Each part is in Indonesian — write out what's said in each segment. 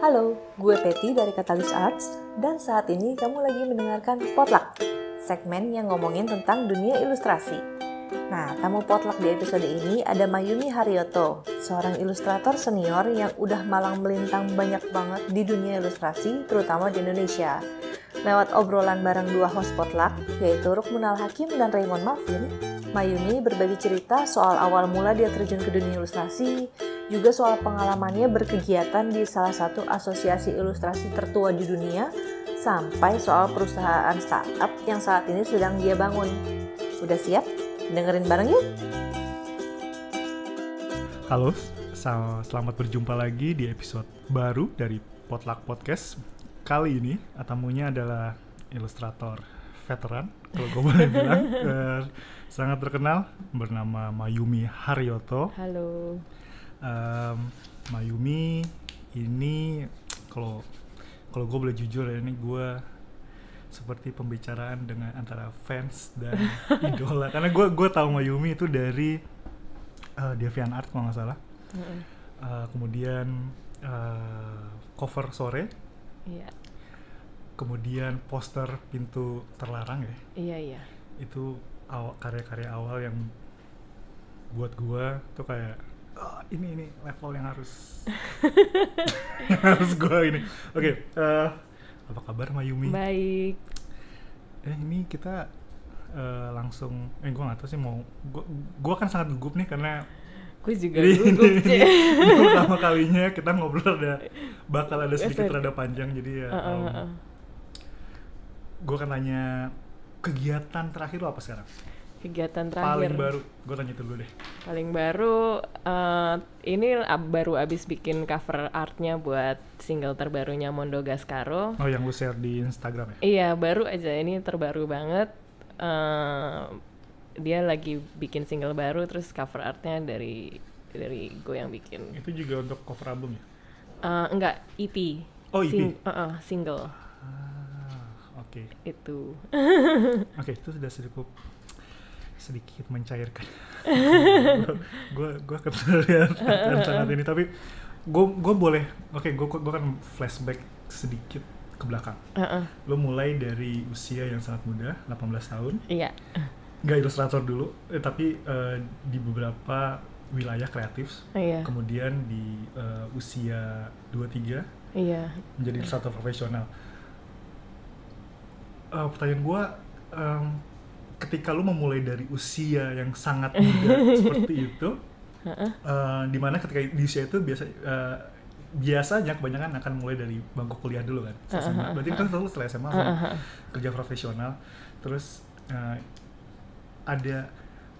Halo, gue Peti dari Catalyst Arts, dan saat ini kamu lagi mendengarkan Potluck, segmen yang ngomongin tentang dunia ilustrasi. Nah, tamu Potluck di episode ini ada Mayumi Haryoto, seorang ilustrator senior yang udah malang melintang banyak banget di dunia ilustrasi, terutama di Indonesia. Lewat obrolan bareng dua host Potluck, yaitu Rukmunal Hakim dan Raymond Malvin, Mayumi berbagi cerita soal awal mula dia terjun ke dunia ilustrasi, juga soal pengalamannya berkegiatan di salah satu asosiasi ilustrasi tertua di dunia, sampai soal perusahaan startup yang saat ini sedang dia bangun. Udah siap? Dengerin bareng yuk! Halo, selamat berjumpa lagi di episode baru dari Potluck Podcast. Kali ini tamunya adalah ilustrator veteran, kalau gue boleh bilang, sangat terkenal, bernama Mayumi Haryoto. Halo. Mayumi ini kalau gue boleh jujur ya, ini gue seperti pembicaraan dengan antara fans dan idola, karena gue tahu Mayumi itu dari DeviantArt kalau nggak salah. Kemudian cover sore, Iya. kemudian poster pintu terlarang ya. Iya. Itu karya-karya awal yang buat gue tuh kayak ini level yang harus yang harus gue ini. Oke, apa kabar Mayumi? Baik. Ini kita langsung gue nggak tahu sih mau gue kan sangat gugup nih karena Gue juga gugup sih. ini pertama kalinya kita ngobrol bakal ada sedikit rada panjang, jadi ya gue akan tanya kegiatan terakhir lo apa sekarang? Kegiatan terakhir Paling baru, gue tanya itu dulu deh. Paling baru, ini baru abis bikin cover artnya buat single terbarunya Mondo Gascaro. Oh, yang lu share di Instagram ya? Iya, baru aja, ini terbaru banget. Dia lagi bikin single baru, terus cover artnya dari gue yang bikin. Itu juga untuk cover album ya? Enggak, EP. Oh, EP? Single. Oke. Itu. Oke, itu sudah sedikit mencairkan. gue akan terlihat sangat ini, tapi gue boleh, gue akan flashback sedikit ke belakang. Lo mulai dari usia yang sangat muda, 18 tahun. Iya. Gak ilustrator dulu, tapi di beberapa wilayah kreatif. Iya. Kemudian di usia 23 Iya. menjadi ilustrator profesional. Pertanyaan gue, ketika lu memulai dari usia yang sangat muda seperti itu, dimana ketika di usia itu biasanya kebanyakan akan mulai dari bangku kuliah dulu kan, SMA. Berarti kan selalu setelah SMA kerja profesional, terus ada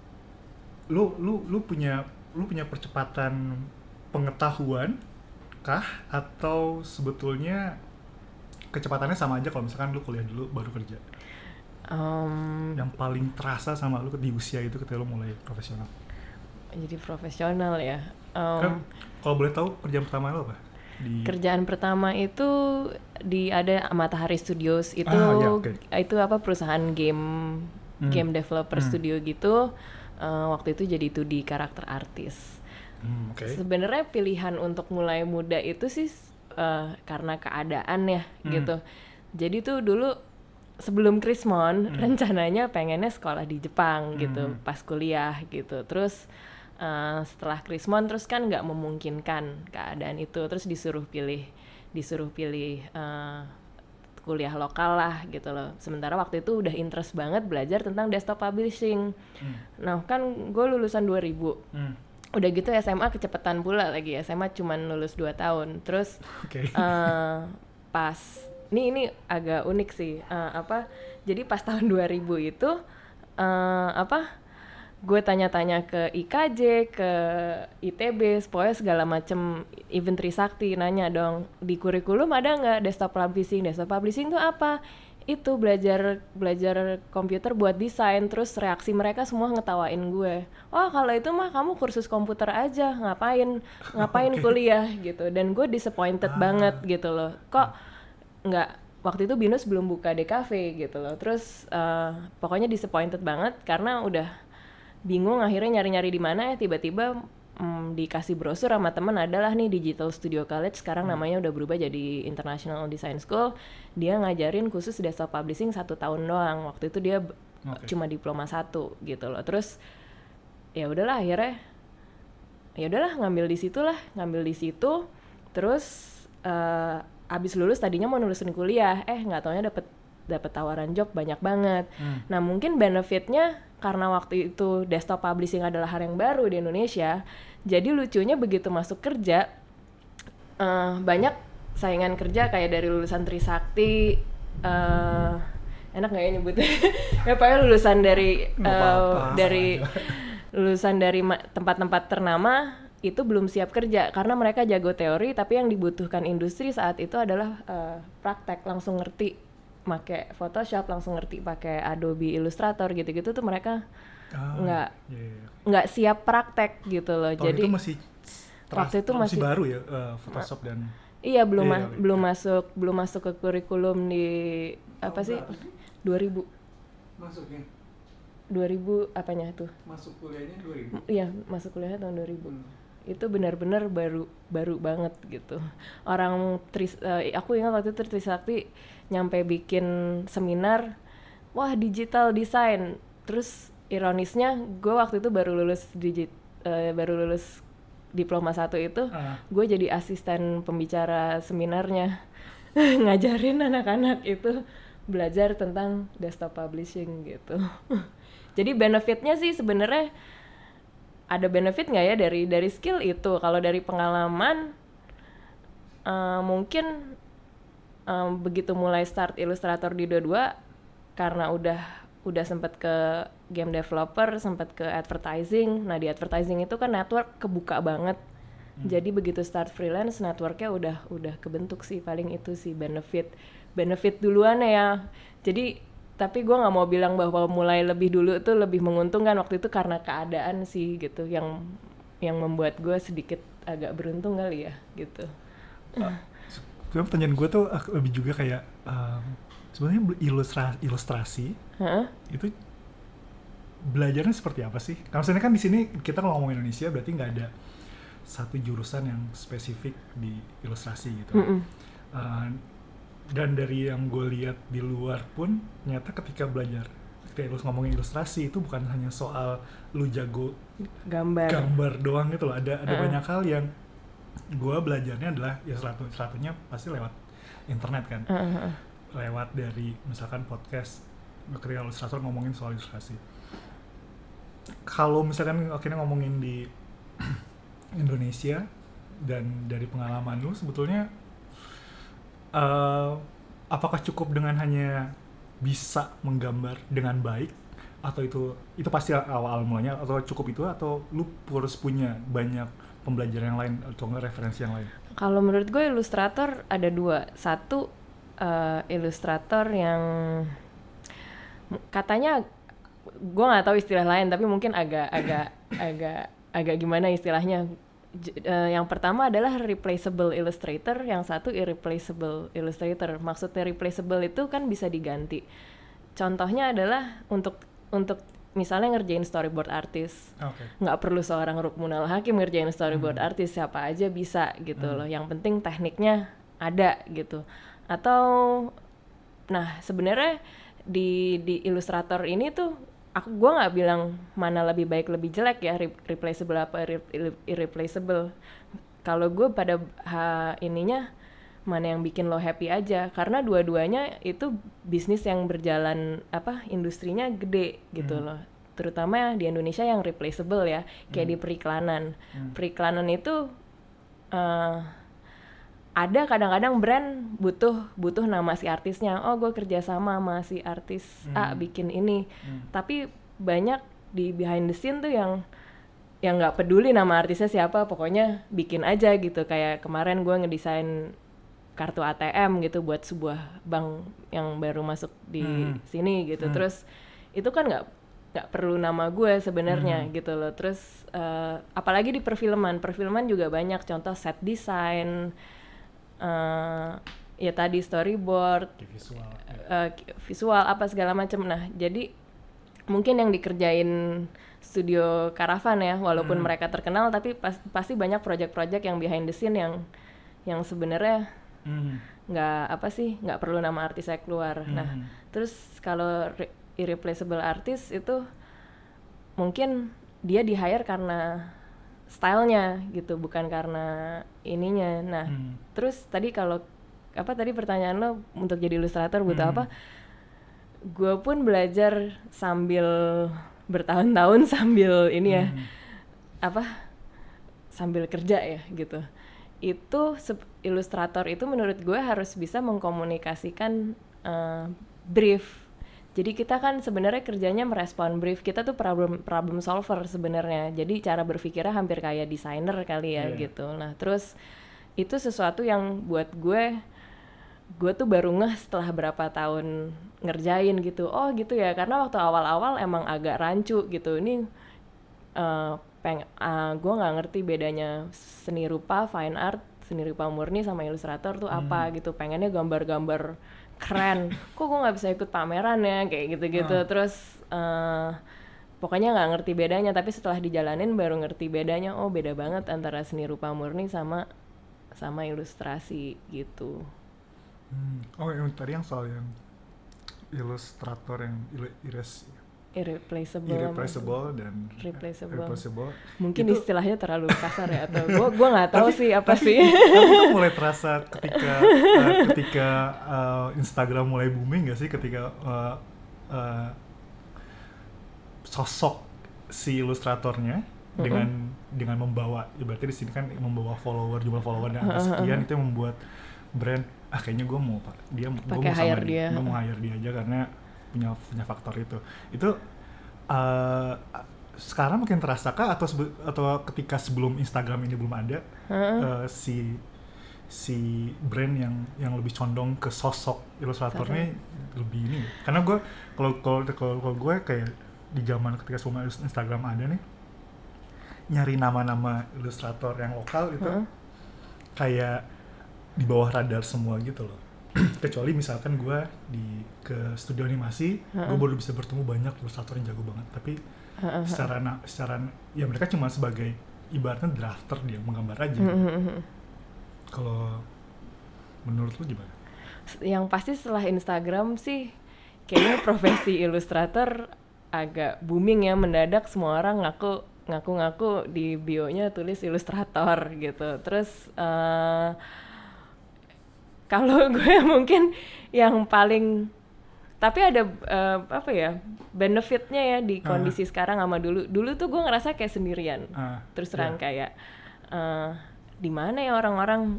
lu punya percepatan pengetahuan kah, atau sebetulnya kecepatannya sama aja kalau misalkan lu kuliah dulu baru kerja? Yang paling terasa sama lu di usia itu ketika lu mulai profesional? Jadi profesional ya. Kan kalau boleh tahu kerjaan pertama lu apa? Kerjaan pertama itu ada Matahari Studios itu. Itu apa, perusahaan game developer studio gitu. Waktu itu jadi 2D karakter artis. Sebenarnya pilihan untuk mulai muda itu sih karena keadaan ya gitu. Jadi tuh dulu sebelum Krismon rencananya pengennya sekolah di Jepang gitu pas kuliah gitu. Terus setelah Krismon terus kan nggak memungkinkan keadaan itu, terus disuruh pilih kuliah lokal lah gitu loh. Sementara waktu itu udah interest banget belajar tentang desktop publishing. Nah kan gue lulusan 2000. Udah gitu SMA kecepatan pula lagi. SMA cuman lulus 2 tahun. Terus pas ini agak unik sih. Jadi pas tahun 2000 itu gue tanya-tanya ke IKJ, ke ITB, pokoknya segala macem event Trisakti, nanya dong, di kurikulum ada nggak desktop publishing? Desktop publishing itu apa? Itu belajar komputer buat desain. Terus reaksi mereka semua ngetawain gue. Oh kalau itu mah kamu kursus komputer aja, ngapain kuliah gitu. Dan gue disappointed banget gitu loh. Kok nggak, waktu itu Binus belum buka DKV gitu loh. Terus pokoknya disappointed banget karena udah bingung akhirnya nyari-nyari di mana ya, tiba-tiba dikasih brosur sama temen adalah nih Digital Studio College, sekarang namanya udah berubah jadi International Design School. Dia ngajarin khusus desktop publishing 1 tahun doang. Waktu itu dia cuma diploma 1 gitu loh. Terus ya udahlah akhirnya ngambil di situ. Terus abis lulus tadinya mau nulisin kuliah, nggak taunya dapet tawaran job banyak banget. Nah mungkin benefitnya karena waktu itu desktop publishing adalah hal yang baru di Indonesia, jadi lucunya begitu masuk kerja banyak saingan kerja kayak dari lulusan Trisakti, enak nggak ya nyebutnya? Ya pokoknya lulusan dari lulusan dari tempat-tempat ternama itu belum siap kerja karena mereka jago teori, tapi yang dibutuhkan industri saat itu adalah praktek, langsung ngerti pakai Photoshop, langsung ngerti pakai Adobe Illustrator gitu-gitu tuh mereka nggak siap praktek gitu loh. Tahun jadi itu waktu itu masih baru ya Photoshop dan belum masuk ke kurikulum di apa sih 2000 masuknya 2000 apanya tuh masuk kuliahnya 2000. Iya, masuk kuliahnya tahun 2000. Itu benar-benar baru banget gitu. Orang aku ingat waktu itu Trisakti nyampe bikin seminar, wah digital design. Terus ironisnya gue waktu itu baru lulus diploma 1 itu, gue jadi asisten pembicara seminarnya. Ngajarin anak-anak itu belajar tentang desktop publishing gitu. Jadi benefitnya sih sebenarnya ada benefit nggak ya dari skill itu? Kalau dari pengalaman mungkin begitu mulai start Illustrator di 22 karena udah sempat ke game developer, sempat ke advertising. Nah di advertising itu kan network kebuka banget. Jadi begitu start freelance networknya udah kebentuk sih, paling itu sih benefit duluan ya. Jadi tapi gue nggak mau bilang bahwa mulai lebih dulu tuh lebih menguntungkan, waktu itu karena keadaan sih gitu yang membuat gue sedikit agak beruntung kali ya gitu. Sebenarnya pertanyaan gue tuh lebih juga kayak sebenarnya ilustrasi itu belajarnya seperti apa sih? Karena misalnya kan di sini kita kalau ngomong Indonesia berarti nggak ada satu jurusan yang spesifik di ilustrasi gitu. Dan dari yang gue lihat di luar pun ternyata ketika lu ngomongin ilustrasi itu bukan hanya soal lu jago gambar doang gitu loh. Ada banyak hal yang gue belajarnya adalah ya satunya pasti lewat internet kan. Lewat dari misalkan podcast ketika ilustrator ngomongin soal ilustrasi. Kalau misalkan akhirnya ngomongin di Indonesia dan dari pengalaman lu sebetulnya apakah cukup dengan hanya bisa menggambar dengan baik, atau itu pasti awal mulanya, atau cukup itu, atau lu harus punya banyak pembelajaran yang lain atau referensi yang lain? Kalau menurut gue ilustrator ada 2. Satu ilustrator yang katanya gue nggak tahu istilah lain tapi mungkin agak gimana istilahnya. Yang pertama adalah replaceable illustrator, yang satu irreplaceable illustrator. Maksudnya replaceable itu kan bisa diganti. Contohnya adalah untuk misalnya ngerjain storyboard artist, nggak perlu seorang Rukmunal Hakim ngerjain storyboard artist, siapa aja bisa gitu loh. Yang penting tekniknya ada gitu. Atau, nah sebenarnya di Illustrator ini tuh gue nggak bilang mana lebih baik lebih jelek ya, replaceable apa irreplaceable. Kalau gue pada ininya mana yang bikin lo happy aja, karena dua-duanya itu bisnis yang berjalan industrinya gede gitu loh. Terutama di Indonesia yang replaceable ya, kayak di periklanan. Periklanan itu ada kadang-kadang brand butuh nama si artisnya. Oh, gue kerja sama si artis A bikin ini. Tapi banyak di behind the scene tuh yang nggak peduli nama artisnya siapa, pokoknya bikin aja gitu. Kayak kemarin gue ngedesain kartu ATM gitu buat sebuah bank yang baru masuk di sini gitu. Terus itu kan nggak perlu nama gue sebenarnya gitu loh. Terus apalagi di perfilman juga banyak contoh set design. Ya tadi storyboard, visual apa segala macam. Nah jadi mungkin yang dikerjain studio Caravan ya, walaupun mereka terkenal tapi pasti banyak project-project yang behind the scene yang sebenarnya nggak perlu nama artis saya keluar. Nah, terus kalau irreplaceable artist itu mungkin dia di hire karena stylenya gitu, bukan karena ininya. Nah, terus tadi tadi pertanyaan lo untuk jadi ilustrator butuh apa? Gue pun belajar sambil bertahun-tahun sambil ini ya sambil kerja ya gitu. Itu ilustrator itu menurut gue harus bisa mengkomunikasikan brief. Jadi kita kan sebenarnya kerjanya merespon brief. Kita tuh problem solver sebenarnya. Jadi cara berpikirnya hampir kayak desainer kali ya gitu. Nah, terus itu sesuatu yang buat gue tuh baru ngeh setelah berapa tahun ngerjain gitu. Oh gitu ya, karena waktu awal-awal emang agak rancu gitu. Ini gue nggak ngerti bedanya seni rupa, fine art, seni rupa murni sama ilustrator tuh apa gitu. Pengennya gambar-gambar keren, kok gue nggak bisa ikut pameran ya kayak gitu-gitu. Terus pokoknya nggak ngerti bedanya, tapi setelah dijalanin baru ngerti bedanya. Oh beda banget antara seni rupa murni sama ilustrasi gitu. Oh yang tadi yang soal yang ilustrator yang irreplaceable dan replaceable. Mungkin itu, istilahnya terlalu kasar ya, atau gue nggak tahu sih apa sih. Tapi itu mulai terasa ketika Instagram mulai booming nggak sih, ketika sosok si ilustratornya dengan membawa, berarti di sini kan membawa jumlah follower dan angka sekian, itu yang membuat brand kayaknya gue mau hire dia aja karena punya faktor itu sekarang mungkin terasa kah atau ketika sebelum Instagram ini belum ada si brand yang lebih condong ke sosok ilustratornya lebih ini, karena gue kalau gue kayak di zaman ketika sebelum Instagram ada nih, nyari nama-nama ilustrator yang lokal itu kayak di bawah radar semua gitu loh. Kecuali misalkan gue ke studio animasi, gue baru bisa bertemu banyak ilustrator yang jago banget. Tapi secara ya mereka cuma sebagai ibaratnya drafter, dia menggambar aja. Kalau menurut lu gimana? Yang pasti setelah Instagram sih kayaknya profesi ilustrator agak booming ya, mendadak semua orang ngaku di bio-nya tulis ilustrator gitu. Terus kalau gue mungkin yang paling, tapi ada benefitnya ya di kondisi sekarang sama dulu tuh gue ngerasa kayak sendirian, terus terang kayak di mana ya orang-orang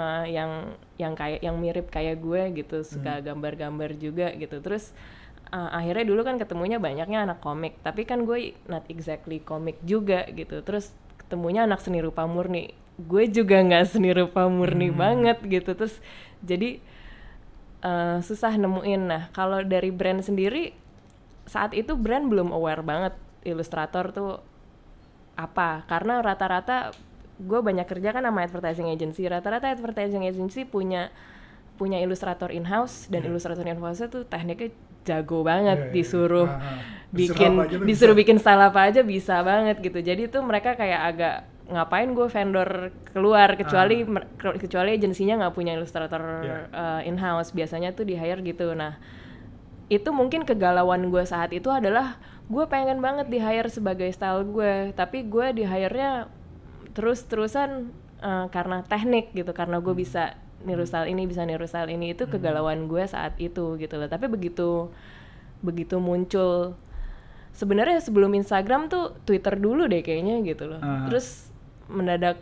yang mirip kayak gue gitu, suka gambar-gambar juga gitu. Terus akhirnya dulu kan ketemunya banyaknya anak komik, tapi kan gue not exactly komik juga gitu. Terus ketemunya anak seni rupa murni, gue juga nggak seni rupa murni banget gitu. Terus jadi susah nemuin. Nah kalau dari brand sendiri, saat itu brand belum aware banget ilustrator tuh apa, karena rata-rata gue banyak kerja kan sama advertising agency, rata-rata advertising agency punya ilustrator in-house, dan ilustrator in-house tuh tekniknya jago banget, disuruh bikin style apa aja bisa banget gitu. Jadi tuh mereka kayak agak, ngapain gue vendor keluar, kecuali agensinya nggak punya ilustrator in-house, biasanya tuh di hire gitu. Nah itu mungkin kegalauan gue saat itu adalah gue pengen banget di hire sebagai style gue, tapi gue di hire-nya terus-terusan karena teknik gitu, karena gue bisa niru style ini, bisa niru style ini. Itu kegalauan gue saat itu gitu loh. Tapi begitu muncul, sebenarnya sebelum Instagram tuh Twitter dulu deh kayaknya gitu loh. Terus mendadak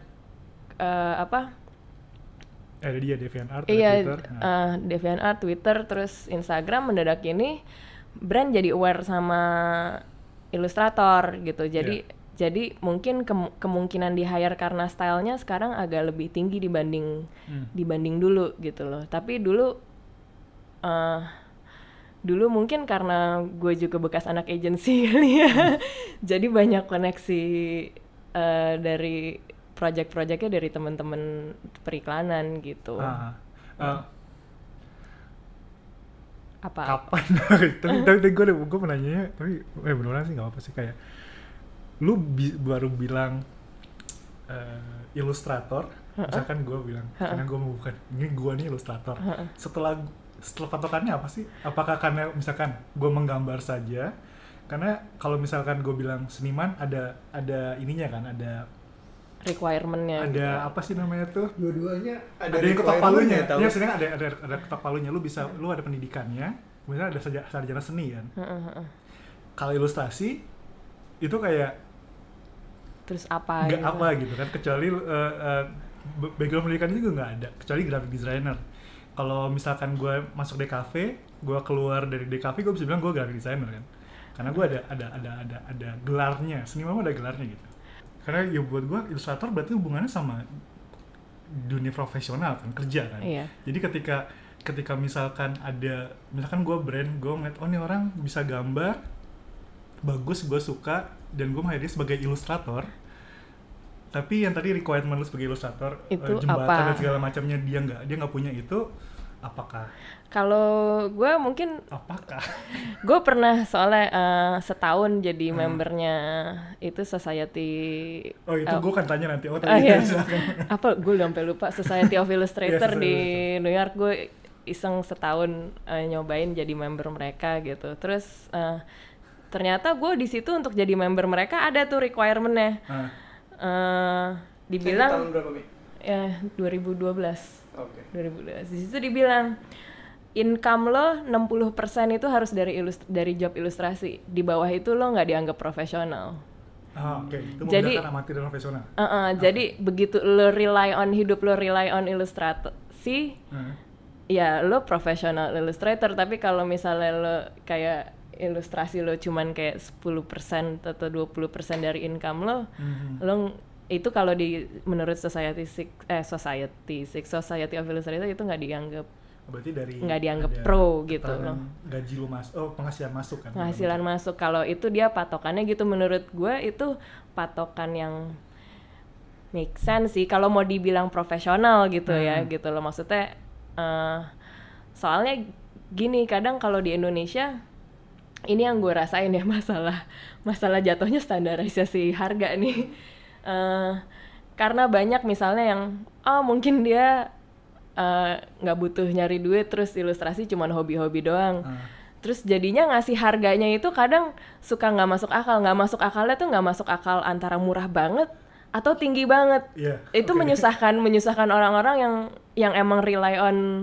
ada dia DeviantArt, Twitter. DeviantArt, Twitter, terus Instagram, mendadak ini brand jadi aware sama ilustrator gitu. Jadi mungkin kemungkinan di hire karena stylenya sekarang agak lebih tinggi dibanding dulu gitu loh. Tapi dulu mungkin karena gue juga bekas anak agency kali ya. Jadi banyak koneksi dari project-projectnya dari teman-teman periklanan gitu. Apa? kapan? tapi gue penanyanya, tapi beneran sih nggak apa sih, kayak lu baru bilang ilustrator, misalkan gue bilang karena gue bukan ini, gue nih ilustrator. Setelah patokannya apa sih? Apakah karena misalkan gue menggambar saja? Karena kalau misalkan gue bilang seniman, ada ininya kan, ada Requirement-nya ada gitu. Apa sih namanya tuh? Dua-duanya Ada yang ketok palunya. tahu. Ya sebenarnya ada ketok palunya. Lu ada pendidikannya, kemudian ada sarjana seni kan. Kalau ilustrasi itu kayak Terus apa? nggak gitu. apa gitu kan, kecuali background pendidikannya juga nggak ada, kecuali graphic designer. Kalau misalkan gue masuk DKV, gue keluar dari DKV, gue bisa bilang gue graphic designer kan, karena gue ada gelarnya, seniman ada gelarnya gitu. Karena ya buat gue ilustrator berarti hubungannya sama dunia profesional kan, kerja kan. Iya. Jadi ketika misalkan gue brand, gue ngeliat oh ini orang bisa gambar bagus, gue suka, dan gue menghadiri sebagai ilustrator. Tapi yang tadi requirement lu sebagai ilustrator, Itu jembatan apa? dan segala macamnya dia nggak punya itu, apakah Kalau gue mungkin gue pernah soalnya setahun jadi membernya itu Society. Oh itu gue kan tanya nanti. Iya. Apa gue udah sampai lupa, Society of Illustrator Yes, di New York. Gue iseng setahun nyobain jadi member mereka gitu. Terus ternyata gue di situ untuk jadi member mereka ada tuh requirement-nya. Dibilang tahun berapa, Mi? ya 2012. Oke. 2012. Di situ dibilang income lo 60% itu harus dari job ilustrasi. Di bawah itu lo nggak dianggap profesional. Oke. Itu Jadi membedakan amatir dan profesional. Jadi begitu lo hidup lo rely on ilustrasi, ya lo profesional illustrator. Tapi kalau misalnya lo kayak ilustrasi lo cuman kayak 10% atau 20% dari income lo, lo itu kalau menurut Society of Illustrator itu nggak dianggap. Berarti nggak dianggap pro gitu loh. Gaji lu penghasilan masuk kan? Penghasilan masuk, kalau itu dia patokannya gitu. Menurut gue itu patokan yang make sense sih kalau mau dibilang profesional gitu ya gitu loh. Maksudnya soalnya gini, kadang kalau di Indonesia ini yang gue rasain ya, masalah jatuhnya standarisasi harga nih. Karena banyak misalnya yang mungkin dia nggak butuh nyari duit, terus ilustrasi cuman hobi-hobi doang. Terus jadinya ngasih harganya itu kadang suka nggak masuk akal. Nggak masuk akalnya tuh nggak masuk akal antara murah banget atau tinggi banget. Itu menyusahkan orang-orang yang emang rely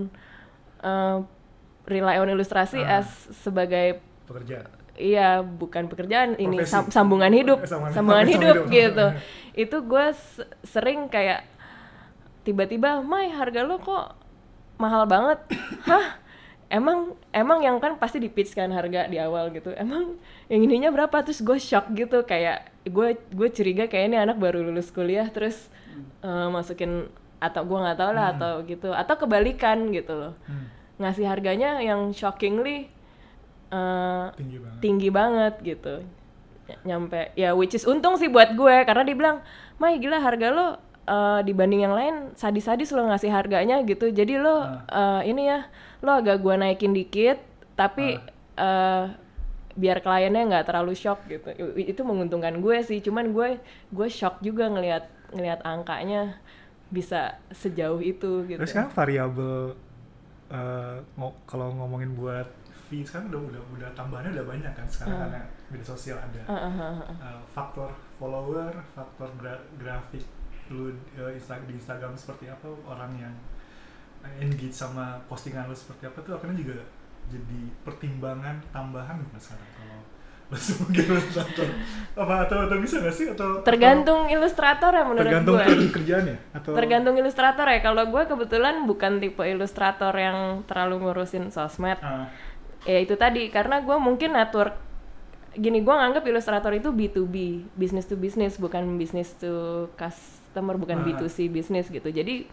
on ilustrasi as sebagai pekerjaan. Iya, bukan pekerjaan, ini Profesi. sambungan hidup hidup gitu. Itu gue sering kayak tiba-tiba, Mai, harga lo kok mahal banget? Hah? Emang yang kan pasti di-pitch kan harga di awal gitu. Emang yang ininya berapa? Terus gue shock gitu, kayak gue curiga kayak ini anak baru lulus kuliah terus masukin, atau gue nggak tahu lah atau gitu, atau kebalikan gitu loh. Ngasih harganya yang shockingly tinggi banget gitu. Nyampe ya, which is untung sih buat gue karena dia bilang, Mai, gila harga lo dibanding yang lain sadis-sadis lo ngasih harganya gitu. Jadi lo ini ya, lo agak gue naikin dikit tapi biar kliennya nggak terlalu shock gitu. Itu menguntungkan gue sih. Cuman gue shock juga ngelihat angkanya bisa sejauh itu gitu. Terus sekarang variabel kalau ngomongin buat fee sekarang udah tambahannya udah banyak kan sekarang, karena media sosial ada faktor follower, faktor grafik lu di Instagram seperti apa, orang yang engage sama postingan lu seperti apa, tuh akhirnya juga jadi pertimbangan tambahan bukan sekarang kalau lu sebagai ilustrator. Atau bisa nggak sih? Tergantung ilustrator ya menurut tergantung gue. kerjaannya atau tergantung ilustrator ya. Kalau gue kebetulan bukan tipe ilustrator yang terlalu ngurusin sosmed. Ya itu tadi, karena gue mungkin network gini, gue nganggap ilustrator itu B2B, business to business, bukan business to customer, bukan B2C business gitu. Jadi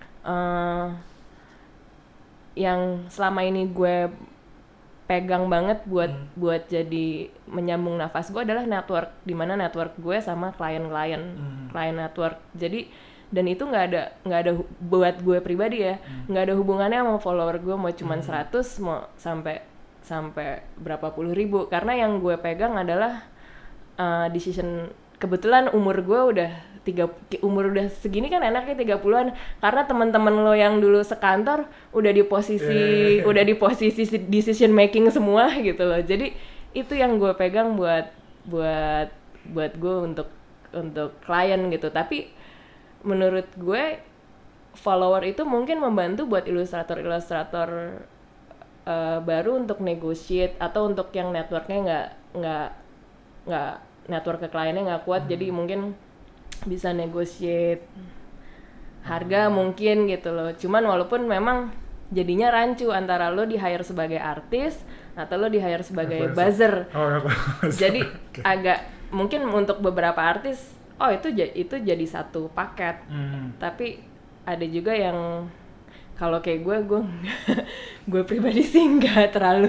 yang selama ini gue pegang banget buat jadi menyambung nafas gue adalah network, dimana network gue sama klien network. Jadi dan itu nggak ada buat gue pribadi ya, nggak ada hubungannya sama follower gue mau cuman 100 mau sampai sampai berapa puluh ribu, karena yang gue pegang adalah decision. Kebetulan umur gue umur udah segini kan enaknya 30-an, karena teman-teman lo yang dulu sekantor udah di posisi decision making semua gitu loh. Jadi itu yang gue pegang buat gue untuk klien gitu. Tapi menurut gue follower itu mungkin membantu buat ilustrator baru untuk negotiate, atau untuk yang networknya nggak network ke kliennya nggak kuat, jadi mungkin bisa negotiate harga mungkin gitu loh. Cuman walaupun memang jadinya rancu antara lo di hire sebagai artis atau lo di hire sebagai buzzer. Jadi agak mungkin untuk beberapa artis itu jadi satu paket. Tapi ada juga yang kalau kayak gue pribadi sih nggak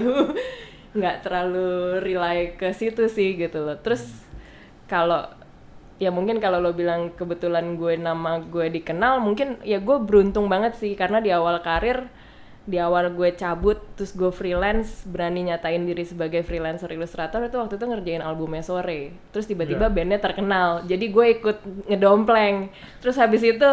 terlalu rely ke situ sih gitu loh. Terus kalau ya mungkin kalau lo bilang kebetulan nama gue dikenal, mungkin ya gue beruntung banget sih, karena di awal karir, di awal gue cabut terus gue freelance, berani nyatain diri sebagai freelancer ilustrator itu waktu itu ngerjain albumnya Sore. Terus tiba-tiba bandnya terkenal, jadi gue ikut ngedompleng. Terus habis itu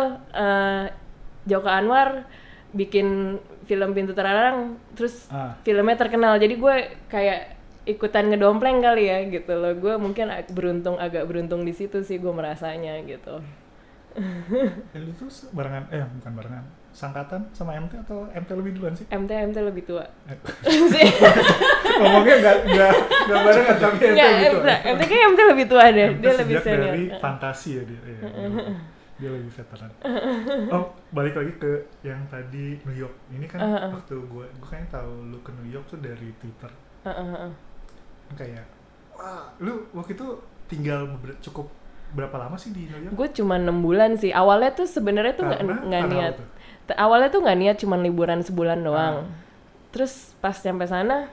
Joko Anwar bikin film Pintu Terlarang, terus filmnya terkenal, jadi gue kayak ikutan ngedompleng kali ya gitu loh. Gue mungkin agak beruntung di situ sih gue merasanya gitu. Lu tuh bukan barengan, sangkatan sama MT atau MT lebih duluan sih? MT lebih tua. Ngomongnya nggak barengan tapi MT gitu. MT kayak MT lebih tua deh, dia lebih senior. Dari fantasi ya dia. Dia lebih veteran. Oh, balik lagi ke yang tadi New York. Ini kan waktu gue kayaknya tahu lu ke New York tuh dari Twitter. Kayak, wah, lu waktu itu tinggal cukup berapa lama sih di New York? Gue cuma 6 bulan sih. Awalnya tuh sebenarnya tuh nggak niat. Awalnya tuh nggak niat, cuma liburan sebulan doang. Terus pas sampai sana,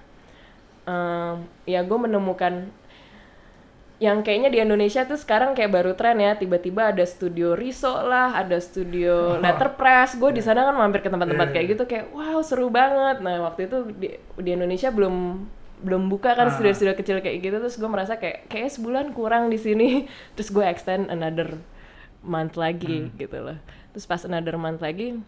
ya gue menemukan yang kayaknya di Indonesia tuh sekarang kayak baru tren ya, tiba-tiba ada studio riso lah, ada studio letterpress. Gue di sana kan mampir ke tempat-tempat kayak gitu, kayak wow seru banget. Nah waktu itu di Indonesia belum buka kan studio-studio kecil kayak gitu. Terus gue merasa kayak sebulan kurang di sini. Terus gue extend another month lagi gitu loh. Terus pas another month lagi,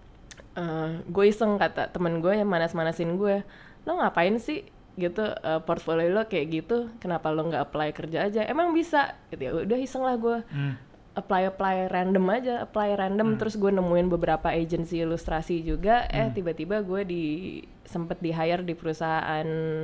gue iseng, kata temen gue yang manas-manasin gue, lo ngapain sih gitu, portfolio lo kayak gitu, kenapa lo nggak apply kerja aja, emang bisa gitu. Ya udah iseng lah gue apply random. Terus gue nemuin beberapa agensi ilustrasi juga. Tiba-tiba gue sempet di hire di perusahaan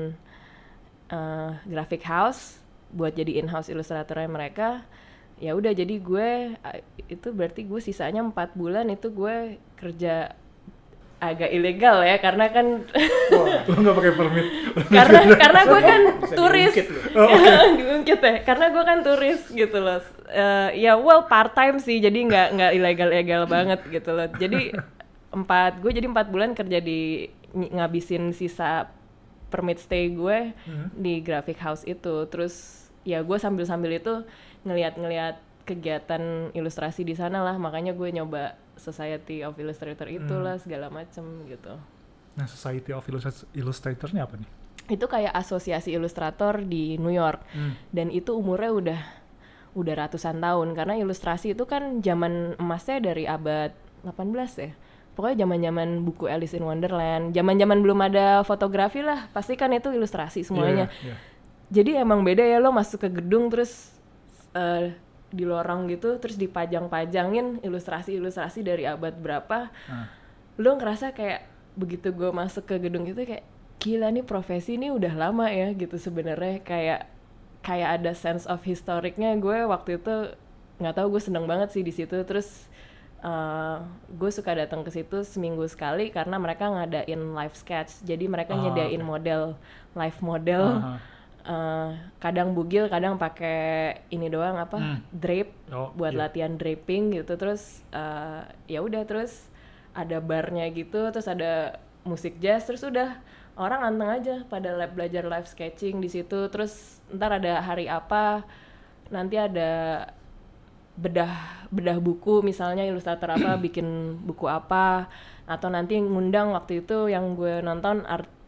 graphic house buat jadi in-house ilustratornya mereka. Ya udah, jadi gue itu berarti gue sisanya 4 bulan itu gue kerja agak ilegal ya, karena kan lo nggak pakai permit. karena gue kan turis. Diungkit ya, karena gue kan turis gitu loh. Ya part time sih, jadi nggak ilegal banget gitu loh. Jadi 4 bulan kerja di ngabisin sisa permit stay gue di graphic house itu. Terus ya gue sambil itu ngeliat kegiatan ilustrasi di sana lah, makanya gue nyoba Society of Illustrator itulah segala macem gitu. Nah, Society of Illustrator-nya apa nih? Itu kayak asosiasi ilustrator di New York. Dan itu umurnya udah ratusan tahun, karena ilustrasi itu kan zaman emasnya dari abad 18 ya. Pokoknya zaman-zaman buku Alice in Wonderland, zaman-zaman belum ada fotografi lah, pasti kan itu ilustrasi semuanya. Jadi emang beda ya, lo masuk ke gedung terus di lorong gitu, terus dipajang-pajangin ilustrasi dari abad berapa. Lo ngerasa kayak begitu gue masuk ke gedung itu kayak gila nih, profesi ini udah lama ya gitu sebenarnya. Kayak ada sense of historicnya. Gue waktu itu nggak tahu, gue seneng banget sih di situ. Terus gue suka datang ke situ seminggu sekali karena mereka ngadain live sketch. Jadi mereka nyediain live model. Kadang bugil, kadang pakai ini doang drape buat latihan draping gitu. Terus ya udah, terus ada barnya gitu, terus ada musik jazz, terus udah orang anteng aja pada belajar live sketching di situ. Terus ntar ada hari apa, nanti ada bedah buku, misalnya ilustrator apa bikin buku apa, atau nanti ngundang, waktu itu yang gue nonton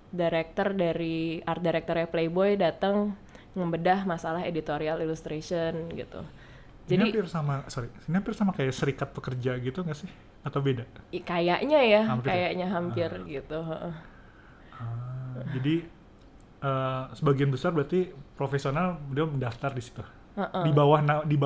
art directornya Playboy datang membedah masalah editorial illustration gitu. Jadi ini hampir sama kayak serikat pekerja gitu nggak sih? Atau beda? Kayaknya ya, hampir. Gitu. Jadi sebagian besar berarti profesional dia mendaftar di situ. Di bawah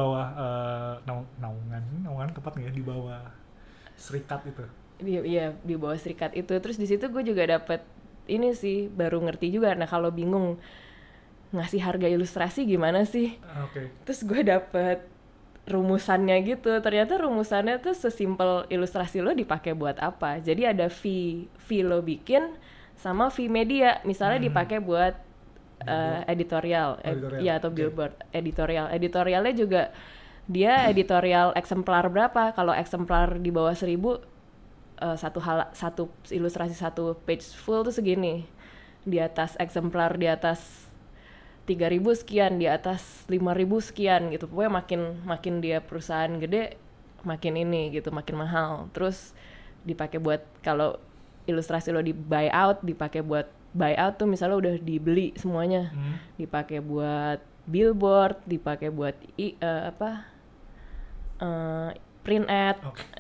naungan tepat nggak ya? Di bawah serikat itu. Iya, di bawah serikat itu. Terus di situ gue juga dapet ini sih, baru ngerti juga. Nah kalau bingung ngasih harga ilustrasi gimana sih? Terus gue dapet rumusannya gitu. Ternyata rumusannya tuh sesimpel ilustrasi lo dipakai buat apa. Jadi ada fee lo bikin sama fee media. Misalnya dipakai buat editorial. Ya atau billboard. Editorialnya juga dia editorial eksemplar berapa. Kalau eksemplar di bawah 1000, satu ilustrasi satu page full tuh segini. Di atas eksemplar di atas 3.000 sekian, di atas 5.000 sekian gitu. Pokoknya makin dia perusahaan gede, makin ini gitu, makin mahal. Terus dipakai buat, kalau ilustrasi lo di buyout, dipakai buat buyout tuh misalnya udah dibeli semuanya. Dipakai buat billboard, dipakai buat print ad.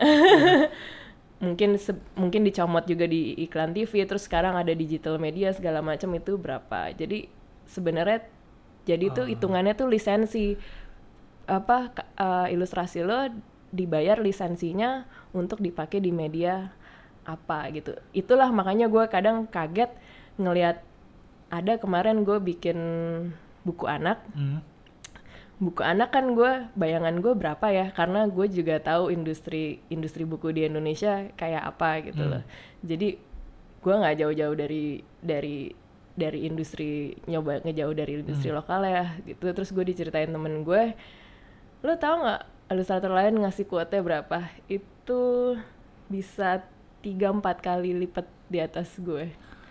Mungkin dicomot juga di iklan TV, terus sekarang ada digital media segala macam, itu berapa. Jadi sebenarnya tuh hitungannya tuh lisensi ilustrasi lo dibayar lisensinya untuk dipakai di media apa gitu. Itulah makanya gue kadang kaget ngelihat ada kemarin gue bikin buku anak. Buku anak kan bayangan gue berapa ya, karena gue juga tahu industri buku di Indonesia kayak apa gitu loh. Jadi gue nggak jauh-jauh dari industri, ngejauh dari industri lokal ya gitu. Terus gue diceritain temen gue, lo tau nggak ilustrator lain ngasih quote-nya berapa? Itu bisa 3-4 kali lipat di atas gue.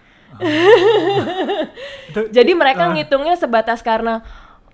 Jadi mereka ngitungnya sebatas karena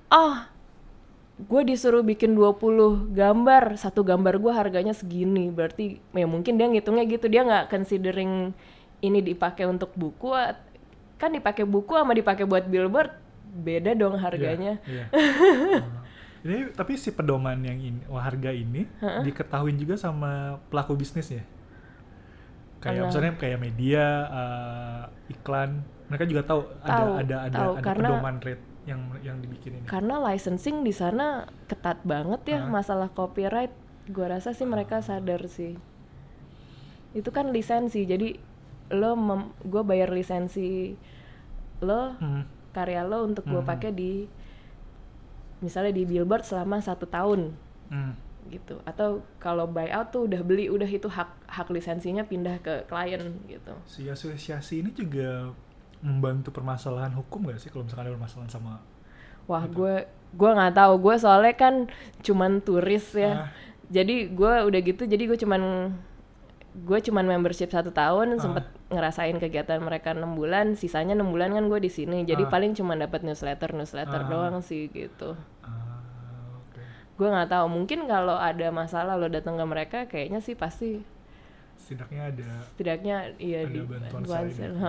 gue disuruh bikin 20 gambar, satu gambar gue harganya segini, berarti ya mungkin dia ngitungnya gitu. Dia nggak considering ini dipakai untuk buku, kan dipakai buku sama dipakai buat billboard beda dong harganya. Ini tapi si pedoman yang ini, harga ini diketahui juga sama pelaku bisnis ya. Kayak misalnya kayak media, iklan, mereka juga tahu ada pedoman rate yang dibikin ini. Karena licensing di sana ketat banget ya, masalah copyright. Gue rasa sih mereka sadar sih. Itu kan lisensi, jadi gue bayar lisensi lo, karya lo untuk gue pakai di misalnya di billboard selama 1 tahun gitu. Atau kalau buyout tuh udah beli, udah itu hak lisensinya pindah ke klien gitu. Si asosiasi ini juga membantu permasalahan hukum gak sih kalau misalkan ada permasalahan sama? Wah gitu. gue nggak tahu, gue soalnya kan cuman turis ya. Jadi gue udah gitu, jadi gue cuman membership 1 tahun, sempet ngerasain kegiatan mereka 6 bulan, sisanya 6 bulan kan gue di sini. Jadi paling cuma dapat newsletter doang sih gitu. Gue nggak tahu, mungkin kalau ada masalah lo datang ke mereka, kayaknya sih pasti setidaknya iya ada di bantuan selain.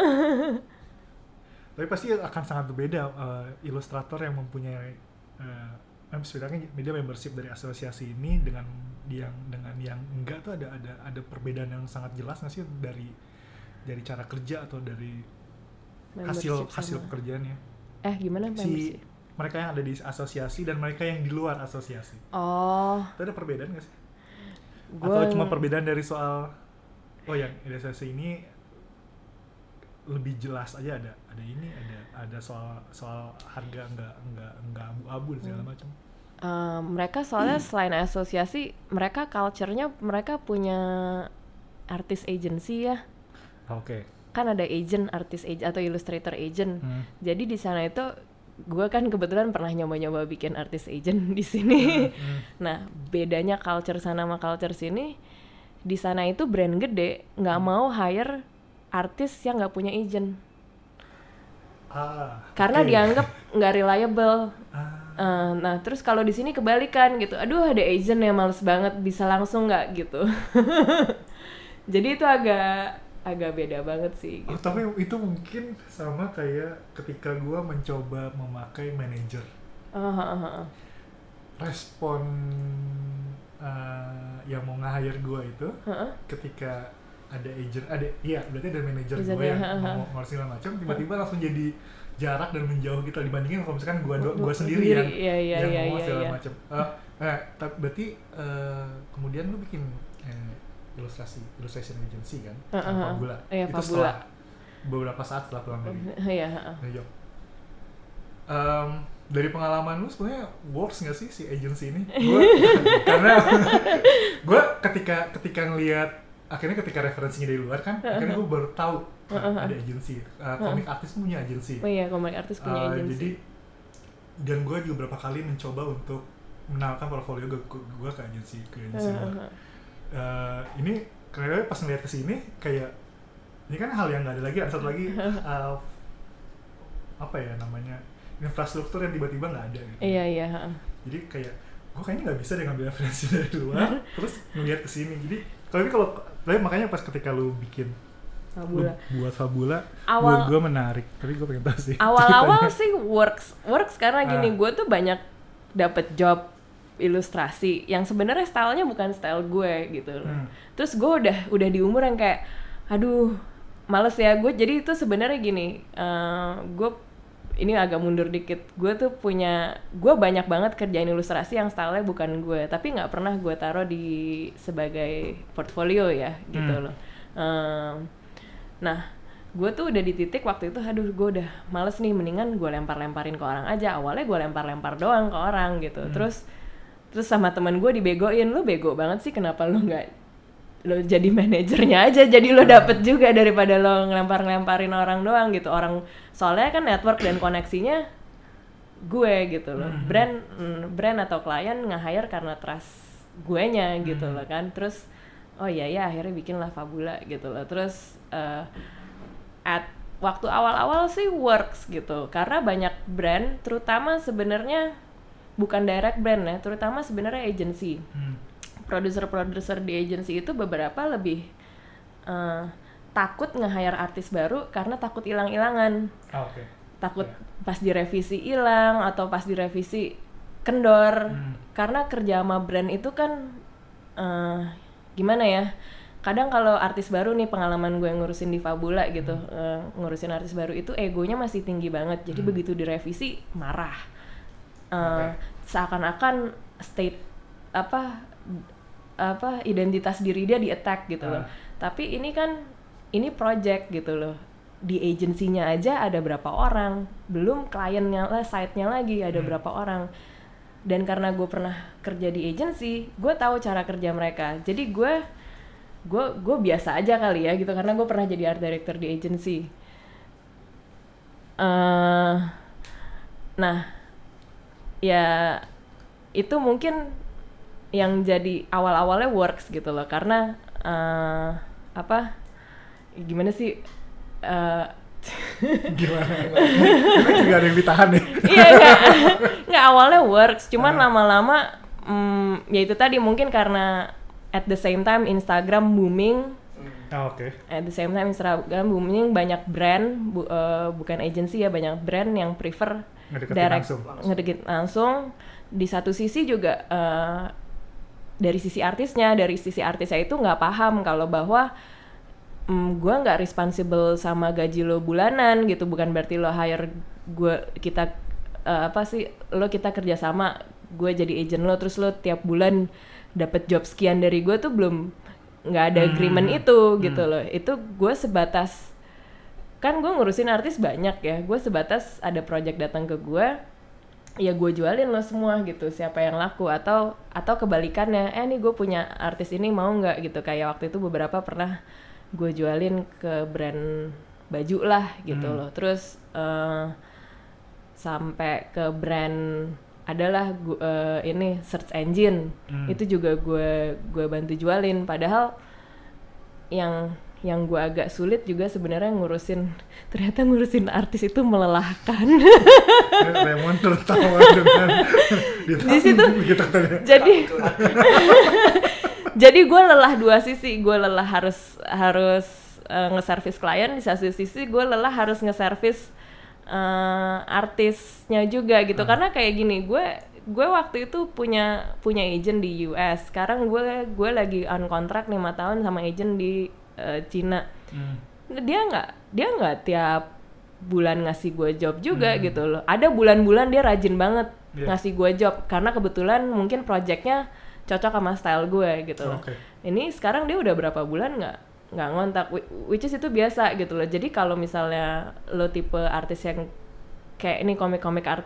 Tapi pasti akan sangat berbeda ilustrator yang mempunyai setidaknya media membership dari asosiasi ini dengan yang enggak tuh ada perbedaan yang sangat jelas nggak sih dari cara kerja atau dari hasil pekerjaannya? Gimana membership? Mereka yang ada di asosiasi dan mereka yang di luar asosiasi. Itu ada perbedaan nggak sih? Atau cuma perbedaan dari soal yang di asosiasi ini lebih jelas aja ada soal harga nggak abu-abu dan segala macam. Mereka soalnya selain asosiasi, mereka culture-nya mereka punya artist agency ya. Kan ada agent, artist agent atau illustrator agent. Jadi di sana itu gue kan kebetulan pernah nyoba-nyoba bikin artist agent di sini. Nah, bedanya culture sana sama culture sini, di sana itu brand gede nggak mau hire artis yang nggak punya agent. Karena dianggap nggak reliable. Nah, terus kalau di sini kebalikan gitu. Aduh, ada agent yang males banget, bisa langsung nggak gitu. Jadi itu agak agak beda banget sih Oh, gitu. tapi itu mungkin sama kayak ketika gue mencoba memakai manajer. Respon yang mau nge-hire gue itu ketika ada agent, berarti ada manajer gue yang mau ngurus segala macam, tiba-tiba langsung jadi jarak dan menjauh kita dibandingin kalau misalkan gue sendiri yang ngomong segala macam. Berarti kemudian lu bikin illustration agency kan, Fabula. Iya, itu Fabula. setelah beberapa saat setelah pulang dari New York. Dari pengalaman lu sebenarnya works nggak sih si agency ini? Karena gue ketika ngelihat akhirnya ketika referensinya dari luar kan, akhirnya gue baru tahu ada agency. Komik artis punya agency. Oh iya, komik artis punya agency. Jadi dan gue juga beberapa kali mencoba untuk mengenalkan portfolio gue ke agency luar. Ini kayaknya pas ngeliat kesini kayak ini kan hal yang nggak ada lagi, ada satu lagi apa ya namanya, infrastruktur yang tiba-tiba nggak ada gitu. Iya. Jadi kayak gue kayaknya nggak bisa deh ngambil referensi dari luar terus ngeliat kesini. Jadi tapi makanya pas ketika lu bikin Fabula. Lu buat Fabula, Awal- gue menarik. Tapi gue pengen tahu sih. Awal-awal sih works karena gini, gue tuh banyak dapet job ilustrasi yang sebenarnya stylenya bukan style gue gitu. Terus gue udah di umur yang kayak aduh males ya gue. Jadi itu sebenarnya gini, gue ini agak mundur dikit. Gue banyak banget kerjain ilustrasi yang stylenya bukan gue, tapi nggak pernah gue taruh di sebagai portfolio ya gitu loh. Nah, gue tuh udah di titik waktu itu, aduh gue udah males nih, mendingan gue lempar-lemparin ke orang aja. Awalnya gue lempar-lempar doang ke orang gitu. Terus sama teman gue dibegoin, lu bego banget sih, kenapa lu nggak lo jadi manajernya aja, jadi lo dapet juga daripada lo ngelempar-ngelemparin orang doang gitu. Orang soalnya kan network dan koneksinya gue gitu loh. Brand atau klien nge-hire karena trust guenya gitu loh kan. Terus oh iya akhirnya bikinlah Fabula gitu loh. Terus waktu awal-awal sih works gitu karena banyak brand, terutama sebenarnya bukan direct brand ya, terutama sebenarnya agency. Produser di agency itu beberapa lebih takut nge-hire artis baru karena takut hilang-hilangan. Takut pas direvisi hilang atau pas direvisi kendor. Karena kerja sama brand itu kan gimana ya, kadang kalau artis baru nih, pengalaman gue ngurusin di Fabula gitu, ngurusin artis baru itu egonya masih tinggi banget. Jadi begitu direvisi marah, seakan-akan state identitas diri dia di attack gitu loh. Tapi ini project gitu loh. Di agensinya aja ada berapa orang, belum kliennya lah, site-nya lagi ada berapa orang. Dan karena gue pernah kerja di agency, gue tahu cara kerja mereka. Jadi gue biasa aja kali ya gitu, karena gue pernah jadi art director di agency. Nah, ya itu mungkin yang jadi awal-awalnya works gitu loh, karena gimana sih? Gimana? Ini juga ada yang ditahan nih. Iya nggak awalnya works, cuman lama-lama ya itu tadi mungkin karena at the same time Instagram booming. At the same time Instagram booming, banyak brand bukan agency ya, banyak brand yang prefer ngedeketin langsung. Di satu sisi juga dari sisi artisnya itu nggak paham kalau bahwa gue nggak responsible sama gaji lo bulanan gitu, bukan berarti lo hire kita kerja sama, gue jadi agent lo, terus lo tiap bulan dapet job sekian dari gue tuh belum, nggak ada agreement itu gitu loh. Itu gue sebatas, kan gue ngurusin artis banyak ya, gue sebatas ada project datang ke gue, ya gue jualin lo semua gitu, siapa yang laku, atau kebalikannya, nih gue punya artis ini mau nggak gitu. Kayak waktu itu beberapa pernah gue jualin ke brand baju lah gitu loh. Terus sampai ke brand adalah ini search engine, itu juga gue bantu jualin. Padahal yang gue agak sulit juga sebenarnya ternyata ngurusin artis itu melelahkan. Raymond tertawa dengan di situ. Jadi gue lelah dua sisi, gue lelah harus nge-service klien, di satu sisi gue lelah harus nge-service artisnya juga gitu. Karena kayak gini, gue waktu itu punya agent di US. Sekarang gue lagi on kontrak 5 tahun sama agent di Cina. Dia nggak tiap bulan ngasih gue job juga gitu loh. Ada bulan-bulan dia rajin banget ngasih gue job karena kebetulan mungkin projectnya cocok sama style gue gitu loh. Ini sekarang dia udah berapa bulan nggak ngontak, which is itu biasa gitu loh. Jadi kalau misalnya lo tipe artis yang kayak ini komik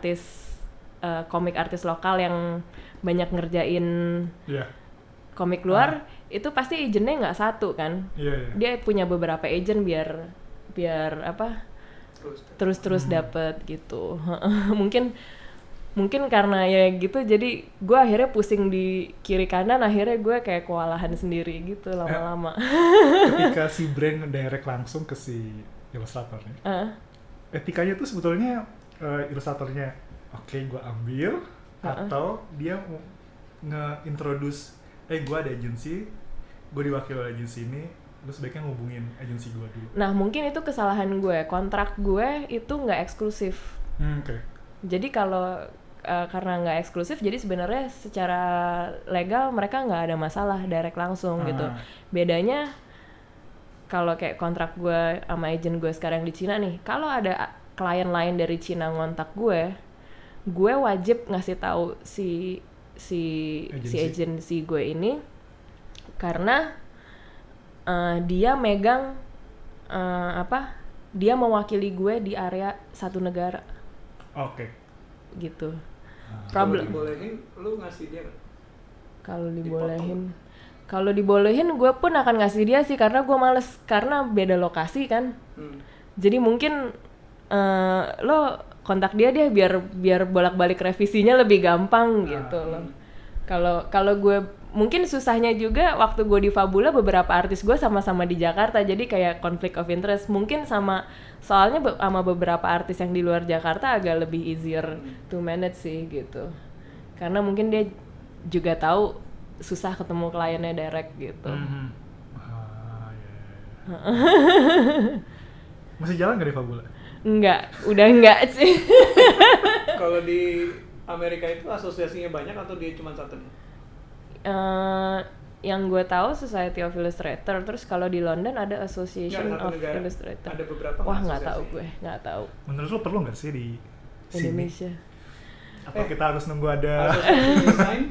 artis lokal yang banyak ngerjain komik luar, itu pasti agentnya nggak satu kan. Dia punya beberapa agent biar apa terus dapet gitu. mungkin karena ya gitu, jadi gue akhirnya pusing di kiri kanan, akhirnya gue kayak kewalahan sendiri gitu lama-lama. Ketika si brand direct langsung ke si ilustratornya, etikanya tuh sebetulnya ilustratornya gue ambil atau dia nge-introduce gue ada agensi, gue diwakili oleh agensi ini, lu sebaiknya ngubungin agensi gue dulu. Nah mungkin itu kesalahan gue, kontrak gue itu nggak eksklusif. Jadi kalau karena nggak eksklusif, jadi sebenarnya secara legal mereka nggak ada masalah direct langsung gitu. Bedanya kalau kayak kontrak gue sama agent gue sekarang di Cina nih, kalau ada klien lain dari Cina ngontak gue wajib ngasih tahu si agensi gue ini, karena dia megang dia mewakili gue di area satu negara. Gitu. Kalau dibolehin, lu ngasih dia nggak? Kalau dibolehin gue pun akan ngasih dia sih, karena gue males, karena beda lokasi kan. Jadi mungkin lo kontak dia biar bolak-balik revisinya lebih gampang gitu loh. Kalau gue mungkin susahnya juga waktu gue di Fabula, beberapa artis gue sama-sama di Jakarta, jadi kayak conflict of interest mungkin soalnya sama beberapa artis yang di luar Jakarta agak lebih easier to manage sih gitu, karena mungkin dia juga tahu susah ketemu kliennya direct gitu. Masih jalan nggak di Fabula? Udah enggak sih. Kalau di Amerika itu asosiasinya banyak atau dia cuma satu nih? Yang gue tahu Society of Illustrator, terus kalau di London ada Association of negara. Illustrator. Ada beberapa. Wah nggak tahu. Menurut lo perlu nggak sih di Indonesia? Apa kita harus nunggu ada asosiasi desain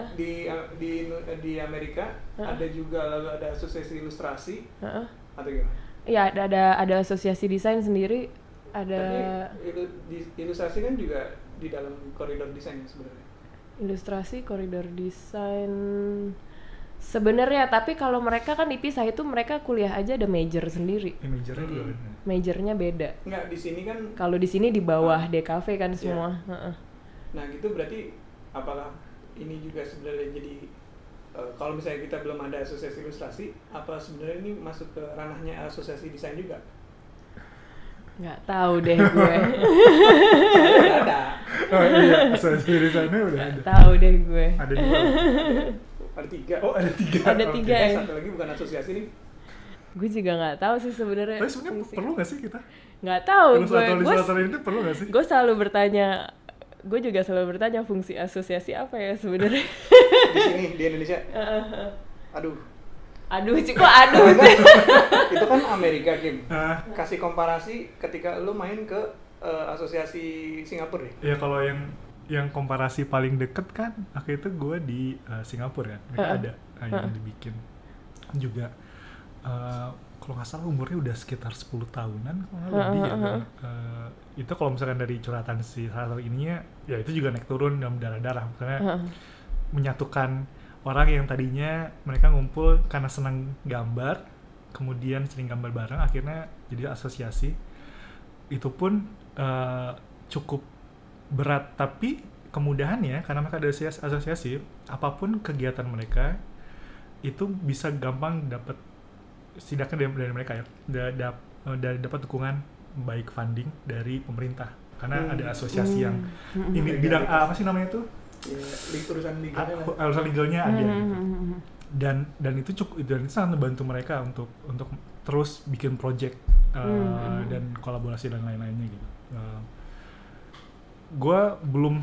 di Amerika? Ada juga, lalu ada asosiasi ilustrasi atau gimana? Iya, ada asosiasi desain sendiri. Ada. Tapi ilustrasi kan juga di dalam koridor desain sebenarnya. Ilustrasi koridor desain sebenarnya, tapi kalau mereka kan dipisah, itu mereka kuliah aja ada major sendiri. Majornya juga beda. Majornya beda. Enggak, di sini kan. Kalau di sini di bawah DKV kan semua. Nah gitu berarti apakah ini juga sebenarnya jadi kalau misalnya kita belum ada asosiasi ilustrasi, apa sebenarnya ini masuk ke ranahnya asosiasi desain juga? Nggak tahu deh gue. Udah ada. Asosiasi desainnya udah ada. Nggak tahu deh gue. Ada 2. Ada 3. Ada 3 ya. Satu lagi bukan asosiasi nih. Gue juga nggak tahu sih sebenarnya. Tapi sebenarnya perlu nggak sih kita? Nggak tahu gue. Ilustrator ini perlu nggak sih? Gue selalu bertanya. Gue juga selalu bertanya fungsi asosiasi apa ya sebenarnya. Di sini di Indonesia. Aduh sih, kok aduh. Itu kan Amerika, Kim. Kasih komparasi ketika lu main ke asosiasi Singapura deh. Ya kalau yang komparasi paling deket kan, akhirnya itu gue di Singapura kan. Mereka ada yang dibikin juga. Kalau nggak salah umurnya udah sekitar 10 tahunan, kalau lebih ya. Itu kalau misalkan dari curhatan si salah satu ininya, ya itu juga naik turun dalam darah-darah. Misalnya menyatukan orang yang tadinya mereka ngumpul karena senang gambar, kemudian sering gambar bareng, akhirnya jadi asosiasi. Itu pun cukup berat, tapi kemudahannya karena mereka ada asosiasi, apapun kegiatan mereka itu bisa gampang dapat, setidaknya dari mereka ya, dapat dukungan baik funding dari pemerintah karena ada asosiasi yang ini bidang apa sih namanya itu? Ya, urusan legalnya lah. Urusan legalnya ada gitu. Dan itu cukup, dan itu sangat membantu mereka untuk terus bikin project dan kolaborasi dan lain-lainnya gitu. Gue belum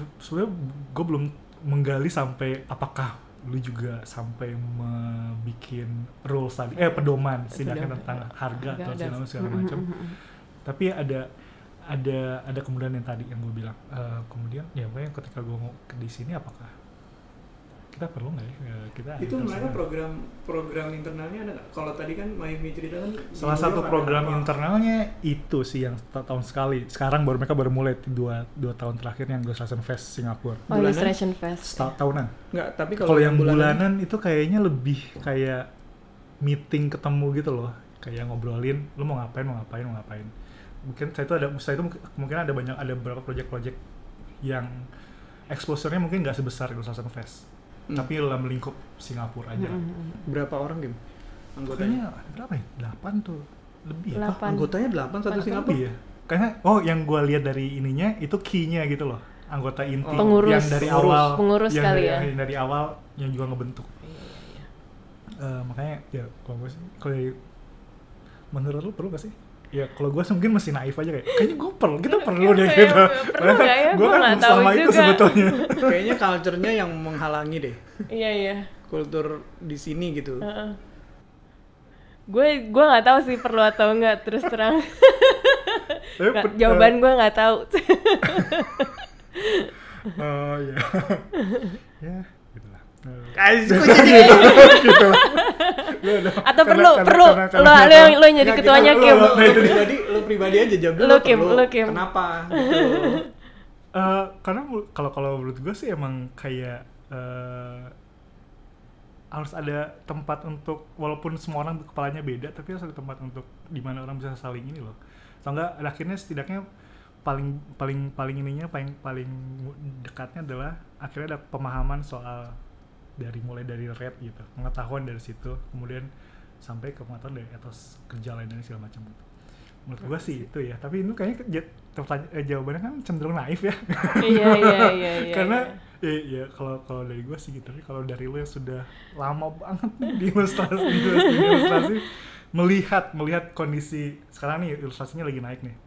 menggali sampai apakah lu juga sampai membikin rules tadi, pedoman setidaknya tentang harga atau segala macam. Tapi ada kemudian yang tadi yang gue bilang, kemudian ya pokoknya ketika gue mau di sini apakah kita perlu nggak ya kita itu mereka program internalnya ada nggak? Kalau tadi kan Mayumi cerita kan salah satu program internalnya itu sih yang tahun sekali. Sekarang mereka baru mulai 2 tahun terakhir yang Illustration Fest Singapura. Illustration Fest tahunan. Nggak, tapi kalau yang bulanan itu kayaknya lebih kayak meeting ketemu gitu loh, kayak ngobrolin lu mau ngapain. Mungkin setelah itu mungkin ada beberapa project yang exposure-nya mungkin nggak sebesar Illustration Fest. Tapi dalam lingkup Singapura aja. Berapa orang Kim? Anggotanya? Kayaknya berapa ya? 8 tuh. Lebih ya? Anggotanya 8 satu Singapura? Lebih ya? Kayaknya, yang gue lihat dari ininya, itu key-nya gitu loh. Anggota inti pengurus, yang dari awal. Pengurus yang kali yang dari awal yang juga ngebentuk. Makanya, ya kalau gue sih, menurut lu perlu gak sih? Ya kalau gue mungkin masih naif aja kayaknya kita perlu deh gitu. Gue kan selama itu sebetulnya. Kayaknya culture-nya yang menghalangi deh. Iya. Kultur di sini gitu. Gue nggak tahu sih perlu atau enggak, terus terang. Jawaban gue nggak tahu. Ya. Ya, gitulah. Kasih jadi gitu. Atau perlu lo yang jadi ketuanya Kim. Lo pribadi aja jawab dulu. Lo Kim. Kenapa? Gitu. Karena kalau menurut gue sih emang kayak harus ada tempat untuk, walaupun semua orang kepalanya beda, tapi harus ada tempat untuk di mana orang bisa saling ini loh. Atau enggak akhirnya setidaknya paling dekatnya adalah akhirnya ada pemahaman soal mulai dari red gitu, pengetahuan dari situ, kemudian sampai ke pengetahuan dari etos kerja lain dan segala macam gitu. Menurut gue sih itu ya, tapi itu kayaknya jawabannya kan cenderung naif ya. Iya. Karena ya kalau dari gue sih gitu, tapi kalau dari lo yang sudah lama banget di ilustrasi melihat kondisi sekarang nih, ilustrasinya lagi naik nih.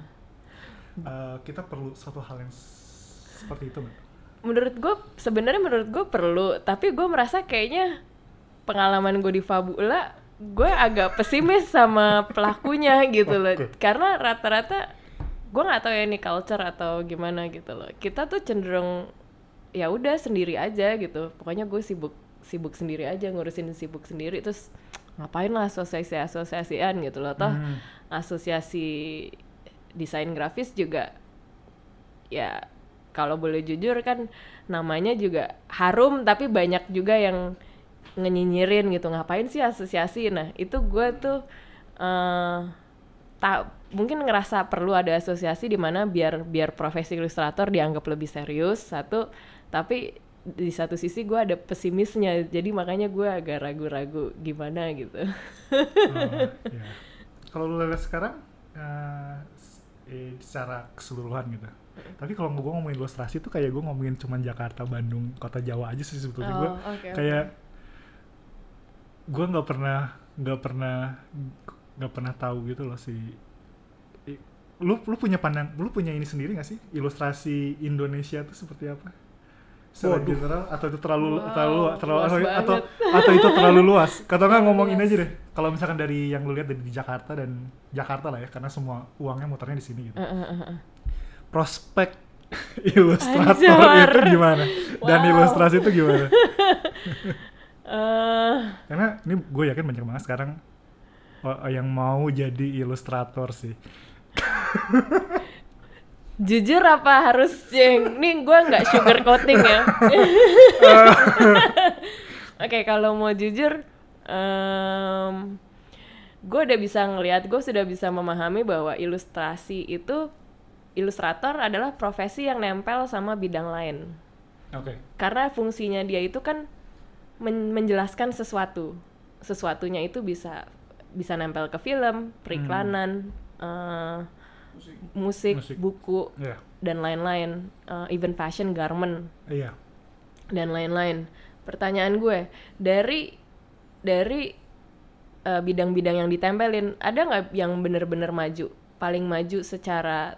Kita perlu suatu hal yang seperti itu nggak? Menurut gue perlu, tapi gue merasa kayaknya pengalaman gue di Fabula, gue agak pesimis sama pelakunya gitu loh. Karena rata-rata gue nggak tahu ya ini culture atau gimana gitu loh. Kita tuh cenderung ya udah sendiri aja gitu. Pokoknya gue sibuk sendiri aja, ngurusin sibuk sendiri, terus ngapain lah asosiasian gitu loh. Toh asosiasi desain grafis juga ya kalau boleh jujur kan namanya juga harum, tapi banyak juga yang ngenyinyirin gitu, ngapain sih asosiasi. Nah itu gue tuh mungkin ngerasa perlu ada asosiasi di mana biar profesi ilustrator dianggap lebih serius satu, tapi di satu sisi gue ada pesimisnya, jadi makanya gue agak ragu-ragu gimana gitu. Ya. Kalau lu lihat sekarang secara keseluruhan gitu. Tapi kalau gue ngomongin ilustrasi tuh kayak gue ngomongin cuman Jakarta, Bandung, kota Jawa aja sih sebetulnya. Kayak gue nggak pernah tahu gitu loh sih. Lu punya ini sendiri nggak sih, ilustrasi Indonesia tuh seperti apa? Secara general, atau itu terlalu atau itu terlalu luas? Kata nggak ngomongin aja deh. Kalau misalkan dari yang lu lihat di Jakarta lah ya, karena semua uangnya muternya di sini gitu. Prospek ilustrator itu gimana? Dan ilustrasi itu gimana? Karena ini gue yakin banyak banget sekarang yang mau jadi ilustrator sih. Jujur apa harus ini gue nggak sugar coating ya. Oke, kalau mau jujur, gue sudah bisa memahami bahwa ilustrator adalah profesi yang nempel sama bidang lain. Karena fungsinya dia itu kan menjelaskan sesuatunya itu bisa nempel ke film, periklanan, musik, buku, dan lain-lain, even fashion, garment, dan lain-lain. Pertanyaan gue, dari bidang-bidang yang ditempelin, ada nggak yang bener-bener maju, paling maju secara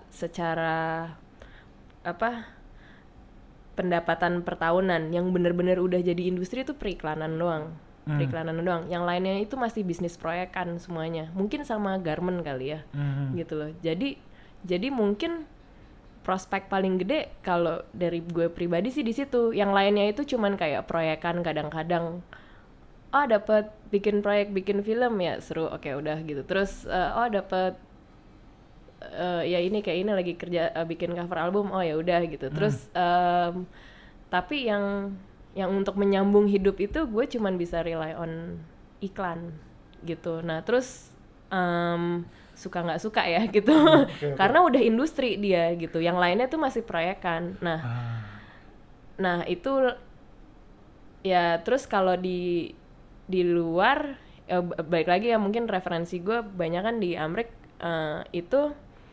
pendapatan per tahunan, yang bener-bener udah jadi industri itu periklanan doang. Yang lainnya itu masih bisnis proyekan semuanya, mungkin sama garment kali ya, gitu loh. Jadi mungkin prospek paling gede kalau dari gue pribadi sih di situ. Yang lainnya itu cuman kayak proyekan, kadang-kadang dapat bikin proyek, bikin film ya seru, oke udah gitu. Terus dapat ya ini kayak ini lagi kerja bikin cover album, ya udah gitu. Terus tapi yang untuk menyambung hidup itu gue cuman bisa rely on iklan gitu. Nah terus suka nggak suka ya gitu. Karena udah industri dia gitu, yang lainnya tuh masih proyekan. Nah itu ya. Terus kalau di luar balik lagi ya, mungkin referensi gue banyak kan di Amrik itu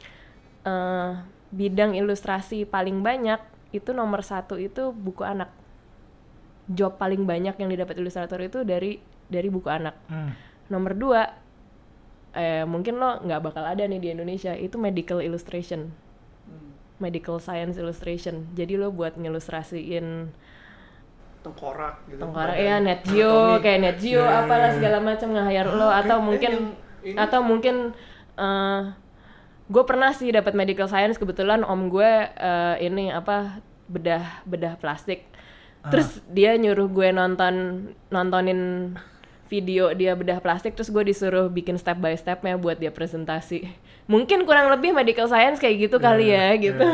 bidang ilustrasi paling banyak itu nomor 1 itu buku anak. Job paling banyak yang didapat ilustrator itu dari buku anak. Nomor 2 mungkin lo nggak bakal ada nih di Indonesia, itu medical illustration, medical science illustration. Jadi lo buat ngilustrasiin tengkorak gitu, ya Net Geo, kayak Net Geo apalah segala macam, nge-hire lo. Atau mungkin gue pernah sih dapat medical science, kebetulan om gue ini bedah plastik. Terus dia nyuruh gue nontonin video dia bedah plastik, terus gue disuruh bikin step by stepnya buat dia presentasi. Mungkin kurang lebih medical science kayak gitu kali ya gitu.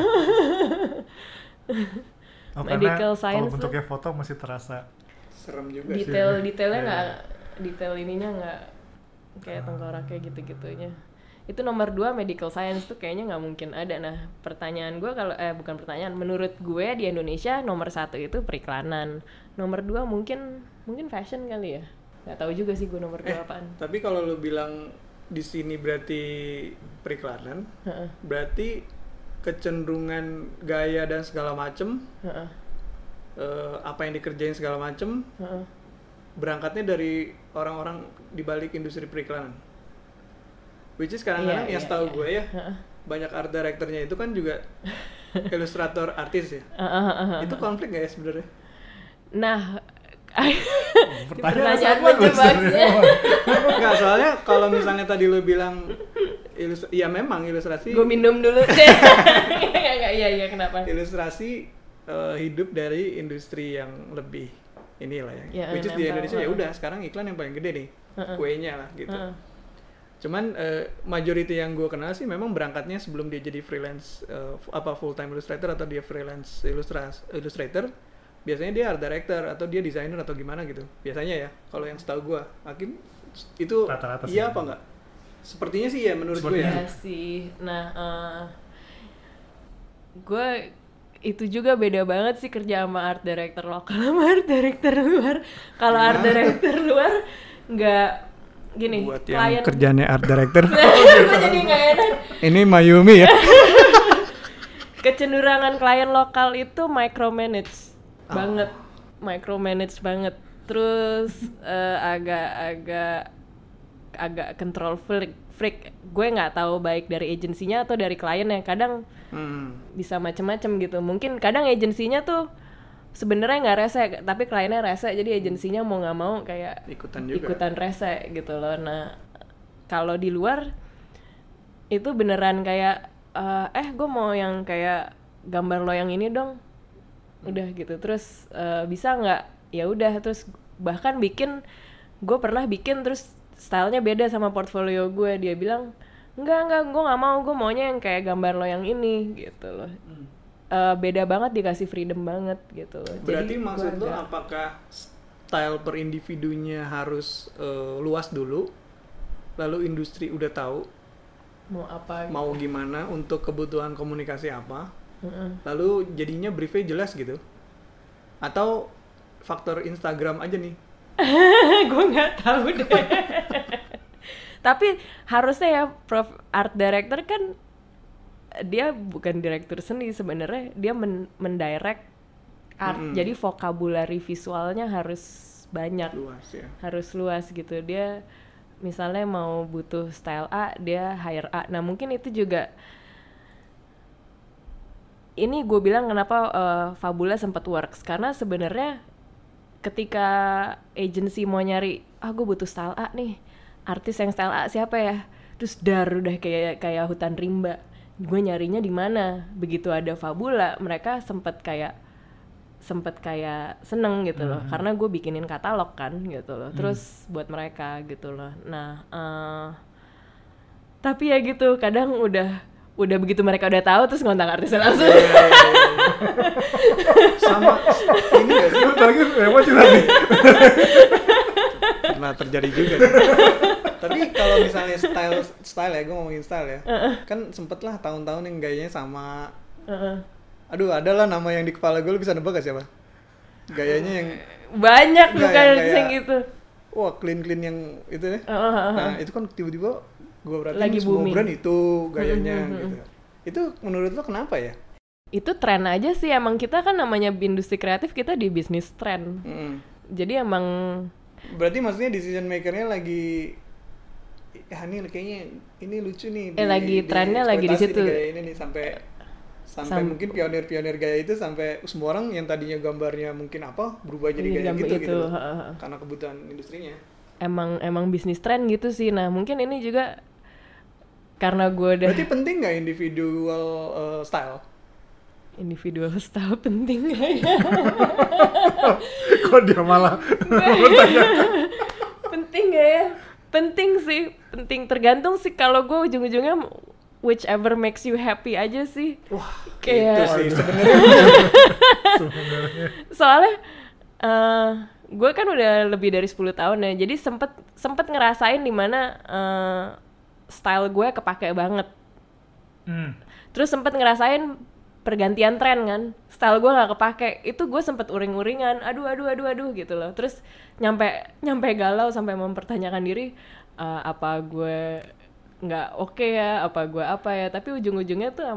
Medical science kalau bentuknya foto masih terasa serem juga. Detailnya nggak, detail ininya nggak kayak tengkorak kayak gitu-gitunya. Itu nomor 2 medical science tuh kayaknya nggak mungkin ada. Nah pertanyaan gue kalau bukan pertanyaan, menurut gue di Indonesia nomor 1 itu periklanan, nomor 2 mungkin fashion kali ya, nggak tahu juga sih gue nomor 2 apaan. Tapi kalau lu bilang di sini berarti periklanan, berarti kecenderungan gaya dan segala macem, apa yang dikerjain segala macem, berangkatnya dari orang-orang di balik industri periklanan. Which is kadang-kadang yang setahu gue ya, banyak art directornya itu kan juga ilustrator artis ya. Itu konflik nggak ya sebenarnya? Nah, pertanyaan menjebaknya. Nggak, soalnya kalau misalnya tadi lu bilang ya memang ilustrasi. Gue minum dulu. Iya kenapa? Ilustrasi hidup dari industri yang lebih inilah ya. Which is di Indonesia ya udah sekarang iklan yang paling gede nih, kuenya lah gitu. Cuman majority yang gue kenal sih memang berangkatnya sebelum dia jadi freelance full time illustrator atau dia freelance illustrator, biasanya dia art director atau dia designer atau gimana gitu. Biasanya ya, kalau yang setahu gue, Hakim itu rata-rata iya sih. apa enggak? Sepertinya sih ya menurut gue ya. Iya sih. Nah, gue itu juga beda banget sih kerja sama art director lokal sama art director luar. Kalau art director luar nggak gini, buat klien yang kerjanya art director. jadi nggak enak. Ini Mayumi ya. Kecenderungan klien lokal itu micromanage banget. Terus agak control freak. Gue nggak tahu baik dari agensinya atau dari kliennya. Kadang bisa macem-macem gitu. Mungkin kadang agensinya tuh sebenarnya nggak rese, tapi kliennya rese, jadi agensinya mau nggak mau kayak ikutan rese gitu loh. Nah kalau di luar itu beneran kayak gue mau yang kayak gambar lo yang ini dong, udah gitu. Terus bisa nggak? Ya udah. Terus bahkan gue pernah bikin terus stylenya beda sama portfolio gue. Dia bilang enggak gue nggak mau, gue maunya yang kayak gambar lo yang ini gitu loh. Beda banget, dikasih freedom banget gitu loh. Berarti maksud lo apakah style per individunya harus luas dulu, lalu industri udah tahu mau apa gitu. Mau gimana untuk kebutuhan komunikasi apa, lalu jadinya briefnya jelas gitu? Atau faktor Instagram aja nih? Gue nggak tahu deh. Tapi harusnya ya Prof art director kan dia bukan direktur seni sebenarnya, dia mendirect art. Jadi vocabulary visualnya harus banyak, luas ya. Harus luas gitu. Dia misalnya mau butuh style A, dia hire A. Nah mungkin itu juga, ini gue bilang kenapa Fabula sempat works, karena sebenarnya ketika agency mau nyari, gue butuh style A nih, artis yang style A siapa ya, terus udah kayak hutan rimba, gue nyarinya di mana. Begitu ada Fabula, mereka sempet kayak seneng gitu loh, karena gue bikinin katalog kan gitu loh, terus buat mereka gitu loh. Nah tapi ya gitu, kadang udah begitu mereka udah tahu terus ngontak artisnya langsung. Sama ini gak sih? Terakhir emang curhat nih. Pernah terjadi juga. Tapi kalau misalnya style ya, gue ngomongin style ya. Kan sempet lah tahun-tahun yang gayanya sama. Aduh, adalah nama yang di kepala gue, lu bisa nebak gak siapa? Gayanya yang banyak bukan yang gitu. Wah, clean yang itu ya. Nah, itu kan tiba-tiba gue berarti lagi semua booming. brand itu gayanya gitu. Itu menurut lo kenapa ya? Itu tren aja sih, emang kita kan namanya industri kreatif, kita di bisnis tren. Jadi emang berarti maksudnya decision makernya lagi ini kayaknya ini lucu nih, lagi trennya lagi di situ. Ini nih sampai mungkin pionir gaya itu, sampai semua orang yang tadinya gambarnya mungkin apa berubah jadi gaya gitu. Karena kebutuhan industrinya. Emang bisnis tren gitu sih. Nah mungkin ini juga karena gue udah. Berarti penting nggak individual style? Individual style penting nggak ya? Kok dia malah bertanya? Penting nggak ya? Penting sih, penting, tergantung sih. Kalau gue ujung-ujungnya whichever makes you happy aja sih. Wah, kayak itu sih sebenarnya. Soalnya gue kan udah lebih dari 10 tahun ya, jadi sempet ngerasain dimana style gue kepake banget. Terus sempet ngerasain pergantian tren kan, style gue nggak kepake, itu gue sempet uring-uringan, aduh gitu loh. Terus nyampe galau sampai mempertanyakan diri, apa gue nggak oke ya, apa gue apa ya. Tapi ujung-ujungnya tuh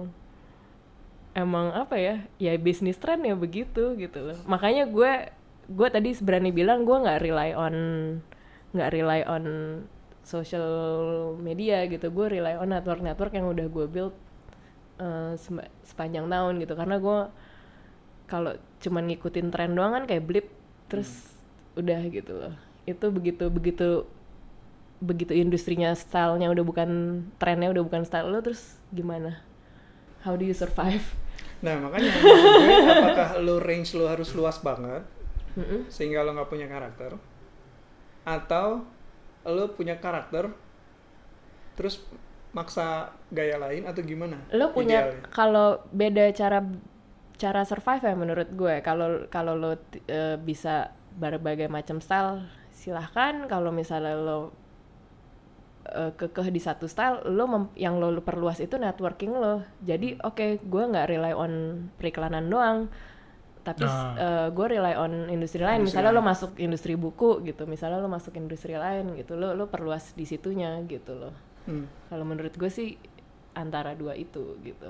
emang apa ya bisnis tren ya begitu gitu loh. Makanya gue tadi berani bilang gue nggak rely on social media gitu, gue rely on network yang udah gue build sepanjang tahun gitu. Karena gue kalau cuman ngikutin tren doang kan kayak blip terus udah gitu loh. Itu begitu industrinya, stylenya udah bukan, trennya udah bukan style lo, terus gimana? How do you survive? Nah makanya maksudnya, apakah range lo harus luas banget sehingga lo nggak punya karakter, atau lo punya karakter terus maksa gaya lain, atau gimana? Lo punya, kalau beda cara survive ya menurut gue. Kalau lo bisa berbagai macam style, silahkan. Kalau misalnya lo kekeh di satu style, yang lo perluas itu networking lo. Jadi gue nggak rely on periklanan doang, tapi gue rely on industri lain. Misalnya lo masuk industri buku gitu, misalnya lo masuk industri lain gitu, lo perluas di situnya gitu lo. Kalau menurut gue sih antara dua itu gitu.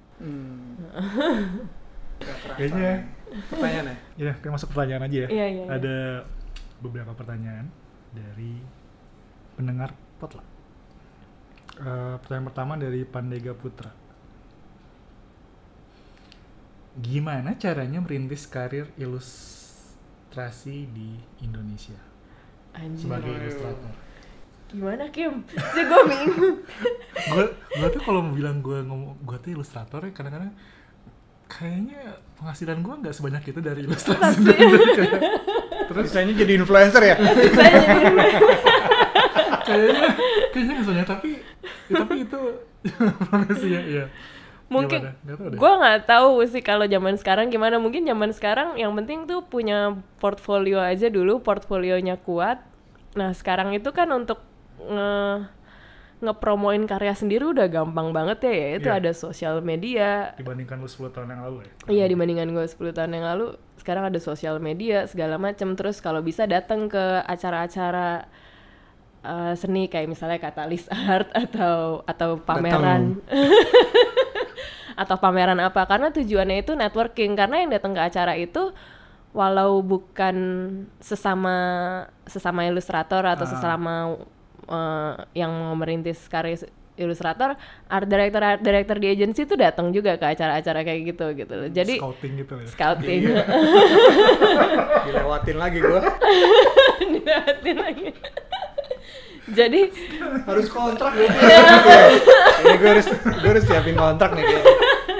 Kayaknya pertanyaan ya? Ya, kita masuk pertanyaan aja ya. Iya. Ada beberapa pertanyaan dari pendengar Potluck. Pertanyaan pertama dari Pandega Putra. Gimana caranya merintis karir ilustrasi di Indonesia? Anjir. Sebagai ilustrator. Gimana Kim? Sih gue bingung. gue tuh kalau mau bilang gue tuh ilustrator ya, kadang-kadang kayaknya penghasilan gue nggak sebanyak itu dari ilustrasi. Terus bisanya jadi influencer ya? kayaknya nggak sebanyak, tapi itu profesinya ya. Mungkin gue nggak tahu sih kalau zaman sekarang gimana. Mungkin zaman sekarang yang penting tuh punya portfolio aja dulu, portfolionya kuat. Nah sekarang itu kan untuk ngepromoin karya sendiri udah gampang banget ya. Itu ada sosial media. Dibandingkan lu 10 tahun yang lalu ya? Iya, dibandingkan gue 10 tahun yang lalu, sekarang ada sosial media segala macam. Terus kalau bisa datang ke acara-acara seni kayak misalnya Katalis Art atau pameran. Atau pameran apa, karena tujuannya itu networking. Karena yang datang ke acara itu walau bukan sesama ilustrator atau sesama yang mau merintis karir ilustrator, art director di agency tuh datang juga ke acara-acara kayak gitu loh. Jadi scouting gitu ya. Scouting. Dilewatin lagi gue. Dilewatin lagi. Jadi harus kontrak gitu. Ini gue harus siapin kontrak nih kayaknya.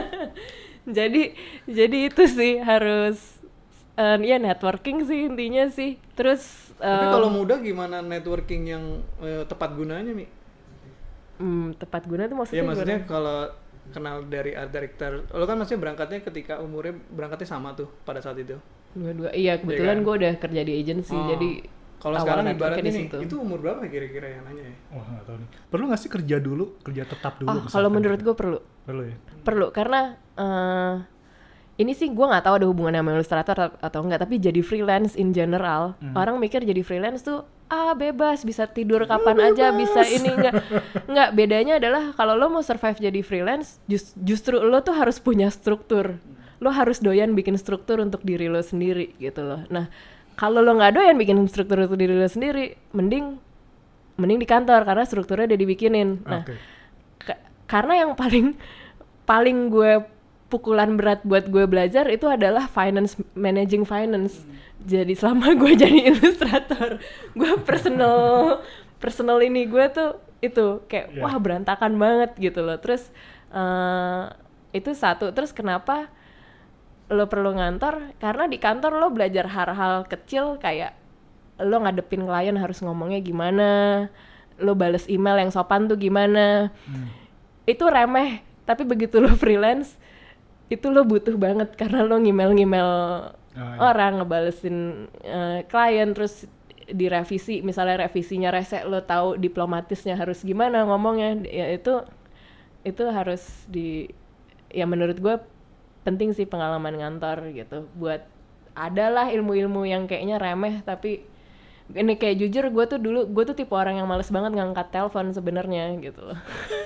Jadi itu sih harus ya networking sih intinya sih. Terus tapi kalau muda gimana networking yang tepat gunanya, Mi? Tepat guna tuh maksudnya? Ya maksudnya kalau kenal dari art director, lo kan maksudnya berangkatnya ketika umurnya berangkatnya sama tuh pada saat itu. Dua-dua. Iya kebetulan kan? Gue udah kerja di agency jadi. Kalau sekarang ibaratnya nih, itu umur berapa kira-kira yang nanya ya? Wah nggak tahu nih. Perlu nggak sih kerja tetap dulu? Kalau menurut gue perlu. Perlu ya. Perlu karena ini sih gue nggak tahu ada hubungannya sama ilustrator atau enggak, tapi jadi freelance in general orang mikir jadi freelance tuh bebas, bisa tidur kapan aja, bisa ini enggak. Bedanya adalah kalau lo mau survive jadi freelance, justru lo tuh harus punya struktur. Lo harus doyan bikin struktur untuk diri lo sendiri gitu loh. Nah, kalau lo nggak doyan bikin struktur untuk diri lo sendiri, mending di kantor karena strukturnya udah dibikinin. Nah, karena yang paling gue pukulan berat buat gue belajar itu adalah managing finance. Jadi selama gue jadi ilustrator, gue personal ini gue tuh itu kayak wah berantakan banget gitu loh. Terus itu satu. Terus kenapa lo perlu ngantor? Karena di kantor lo belajar hal-hal kecil kayak lo ngadepin klien harus ngomongnya gimana, lo bales email yang sopan tuh gimana. Itu remeh, tapi begitu lo freelance itu lo butuh banget karena lo ngemail orang, ngebalesin klien, terus direvisi, misalnya revisinya rese, lo tahu diplomatisnya harus gimana ngomongnya, ya itu harus ya menurut gue penting sih pengalaman ngantor gitu, buat adalah ilmu-ilmu yang kayaknya remeh, tapi ini kayak jujur gue tuh tipe orang yang males banget ngangkat telepon sebenarnya gitu loh.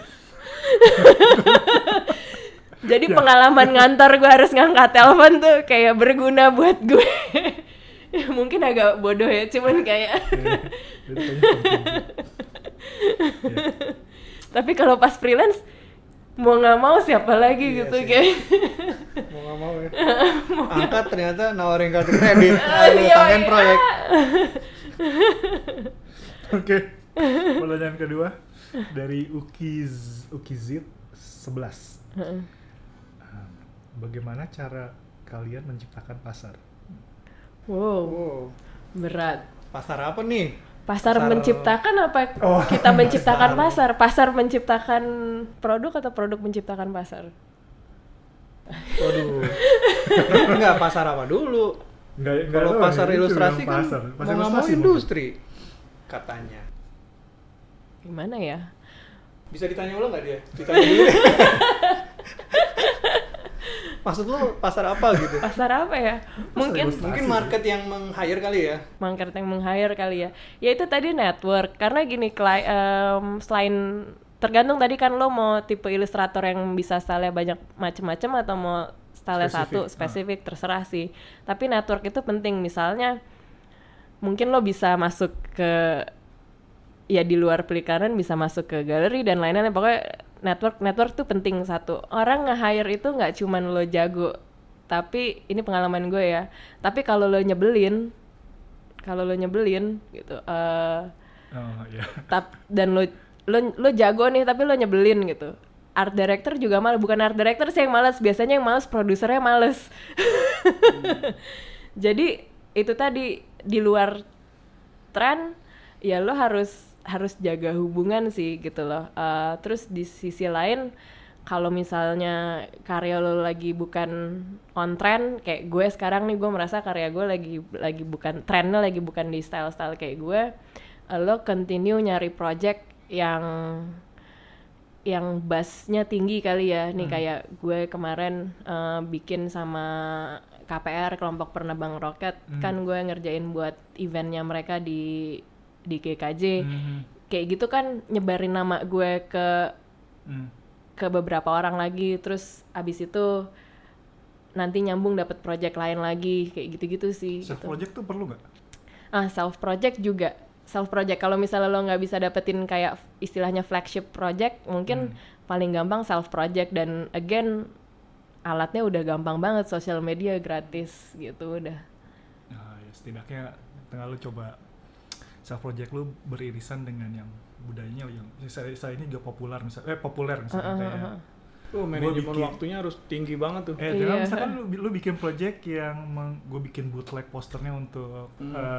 Jadi pengalaman ngantor gue harus ngangkat telepon tuh kayak berguna buat gue. Mungkin agak bodoh ya, cuman kayak tapi kalau pas freelance mau nggak mau siapa lagi gitu sih. Kayak mau nggak mau ya. Angkat ternyata nawarin kartu kredit, tambahin proyek. Oke. Pertanyaan kedua dari Ukizit 11. Bagaimana cara kalian menciptakan pasar? Wow. Berat. Pasar apa nih? Pasar menciptakan apa? Kita menciptakan pasar? Pasar menciptakan produk atau produk menciptakan pasar? Waduh. Enggak, pasar apa dulu? Kalau pasar ilustrasi kan mau nggak mau industri katanya. Gimana ya? Bisa ditanya ulang nggak dia? Ditanya dulu. Maksud lo pasar apa gitu? Pasar apa ya? Mungkin market yang meng-hire kali ya? Market yang meng-hire kali ya. Ya itu tadi network. Karena gini, selain tergantung tadi kan lo mau tipe ilustrator yang bisa style banyak macam-macam atau mau style satu spesifik, terserah sih. Tapi network itu penting. Misalnya mungkin lo bisa masuk ke ya di luar pelikaran, bisa masuk ke galeri dan lain-lain. Pokoknya network tuh penting. Satu, orang nge-hire itu nggak cuman lo jago, tapi ini pengalaman gue ya, tapi kalau lo nyebelin gitu dan lo jago nih tapi lo nyebelin gitu, art director juga malas. Bukan art director sih yang malas, biasanya yang malas produsernya malas. Jadi itu tadi di luar tren ya lo harus jaga hubungan sih gitu loh. Terus di sisi lain kalau misalnya karya lo lagi bukan on trend, kayak gue sekarang nih, gue merasa karya gue lagi bukan trendnya, lagi bukan di style kayak gue, lo continue nyari project yang bassnya tinggi kali ya. Nih kayak gue kemarin bikin sama KPR, kelompok penerbang roket, kan gue ngerjain buat eventnya mereka di GKJ. Kayak gitu kan nyebarin nama gue ke beberapa orang lagi, terus abis itu nanti nyambung dapat project lain lagi, kayak gitu-gitu sih. Self project tuh perlu nggak? Self project juga self project. Kalau misalnya lo nggak bisa dapetin kayak istilahnya flagship project, mungkin paling gampang self project. Dan again alatnya udah gampang banget, social media gratis gitu udah. Nah, ya setidaknya tengah lu coba self project lu beririsan dengan yang budayanya yang saya ini juga populer misalnya kayak manajemen waktunya harus tinggi banget tuh. Dengan misalkan lu bikin project yang gue bikin bootleg posternya untuk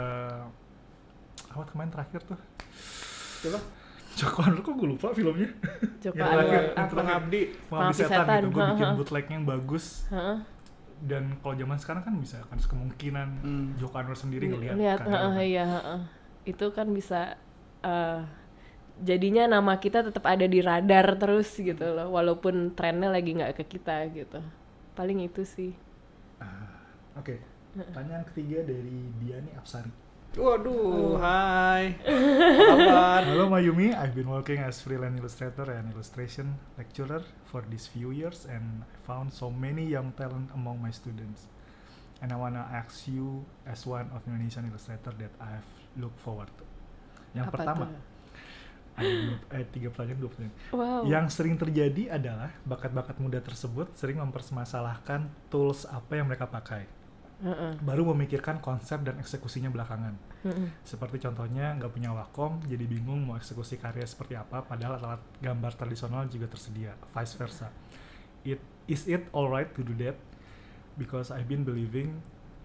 apa kemarin terakhir tuh? Coba. Joko Anwar, kok gue lupa filmnya? Joko Anwar, Pengabdi Setan gitu. Gue bikin bootlegnya yang bagus. Dan kalau zaman sekarang kan bisa kan kemungkinan Joko Anwar sendiri ngelihat itu kan bisa jadinya nama kita tetap ada di radar terus gitu loh, walaupun trennya lagi nggak ke kita gitu. Paling itu sih. Oke. Pertanyaan ketiga dari Diani Apsari. Waduh, hai. Apa kabar? Hello Mayumi, I've been working as freelance illustrator and illustration lecturer for these few years and I found so many young talent among my students. And I wanna ask you as one of Indonesian illustrator that I've looked forward to. Yang pertama, ada 3 pertanyaan, 2 pertanyaan. Wow. Yang sering terjadi adalah bakat-bakat muda tersebut sering mempermasalahkan tools apa yang mereka pakai. Baru memikirkan konsep dan eksekusinya belakangan. Seperti contohnya nggak punya Wacom, jadi bingung mau eksekusi karya seperti apa, padahal alat gambar tradisional juga tersedia, vice versa. Is it alright to do that? Because I've been believing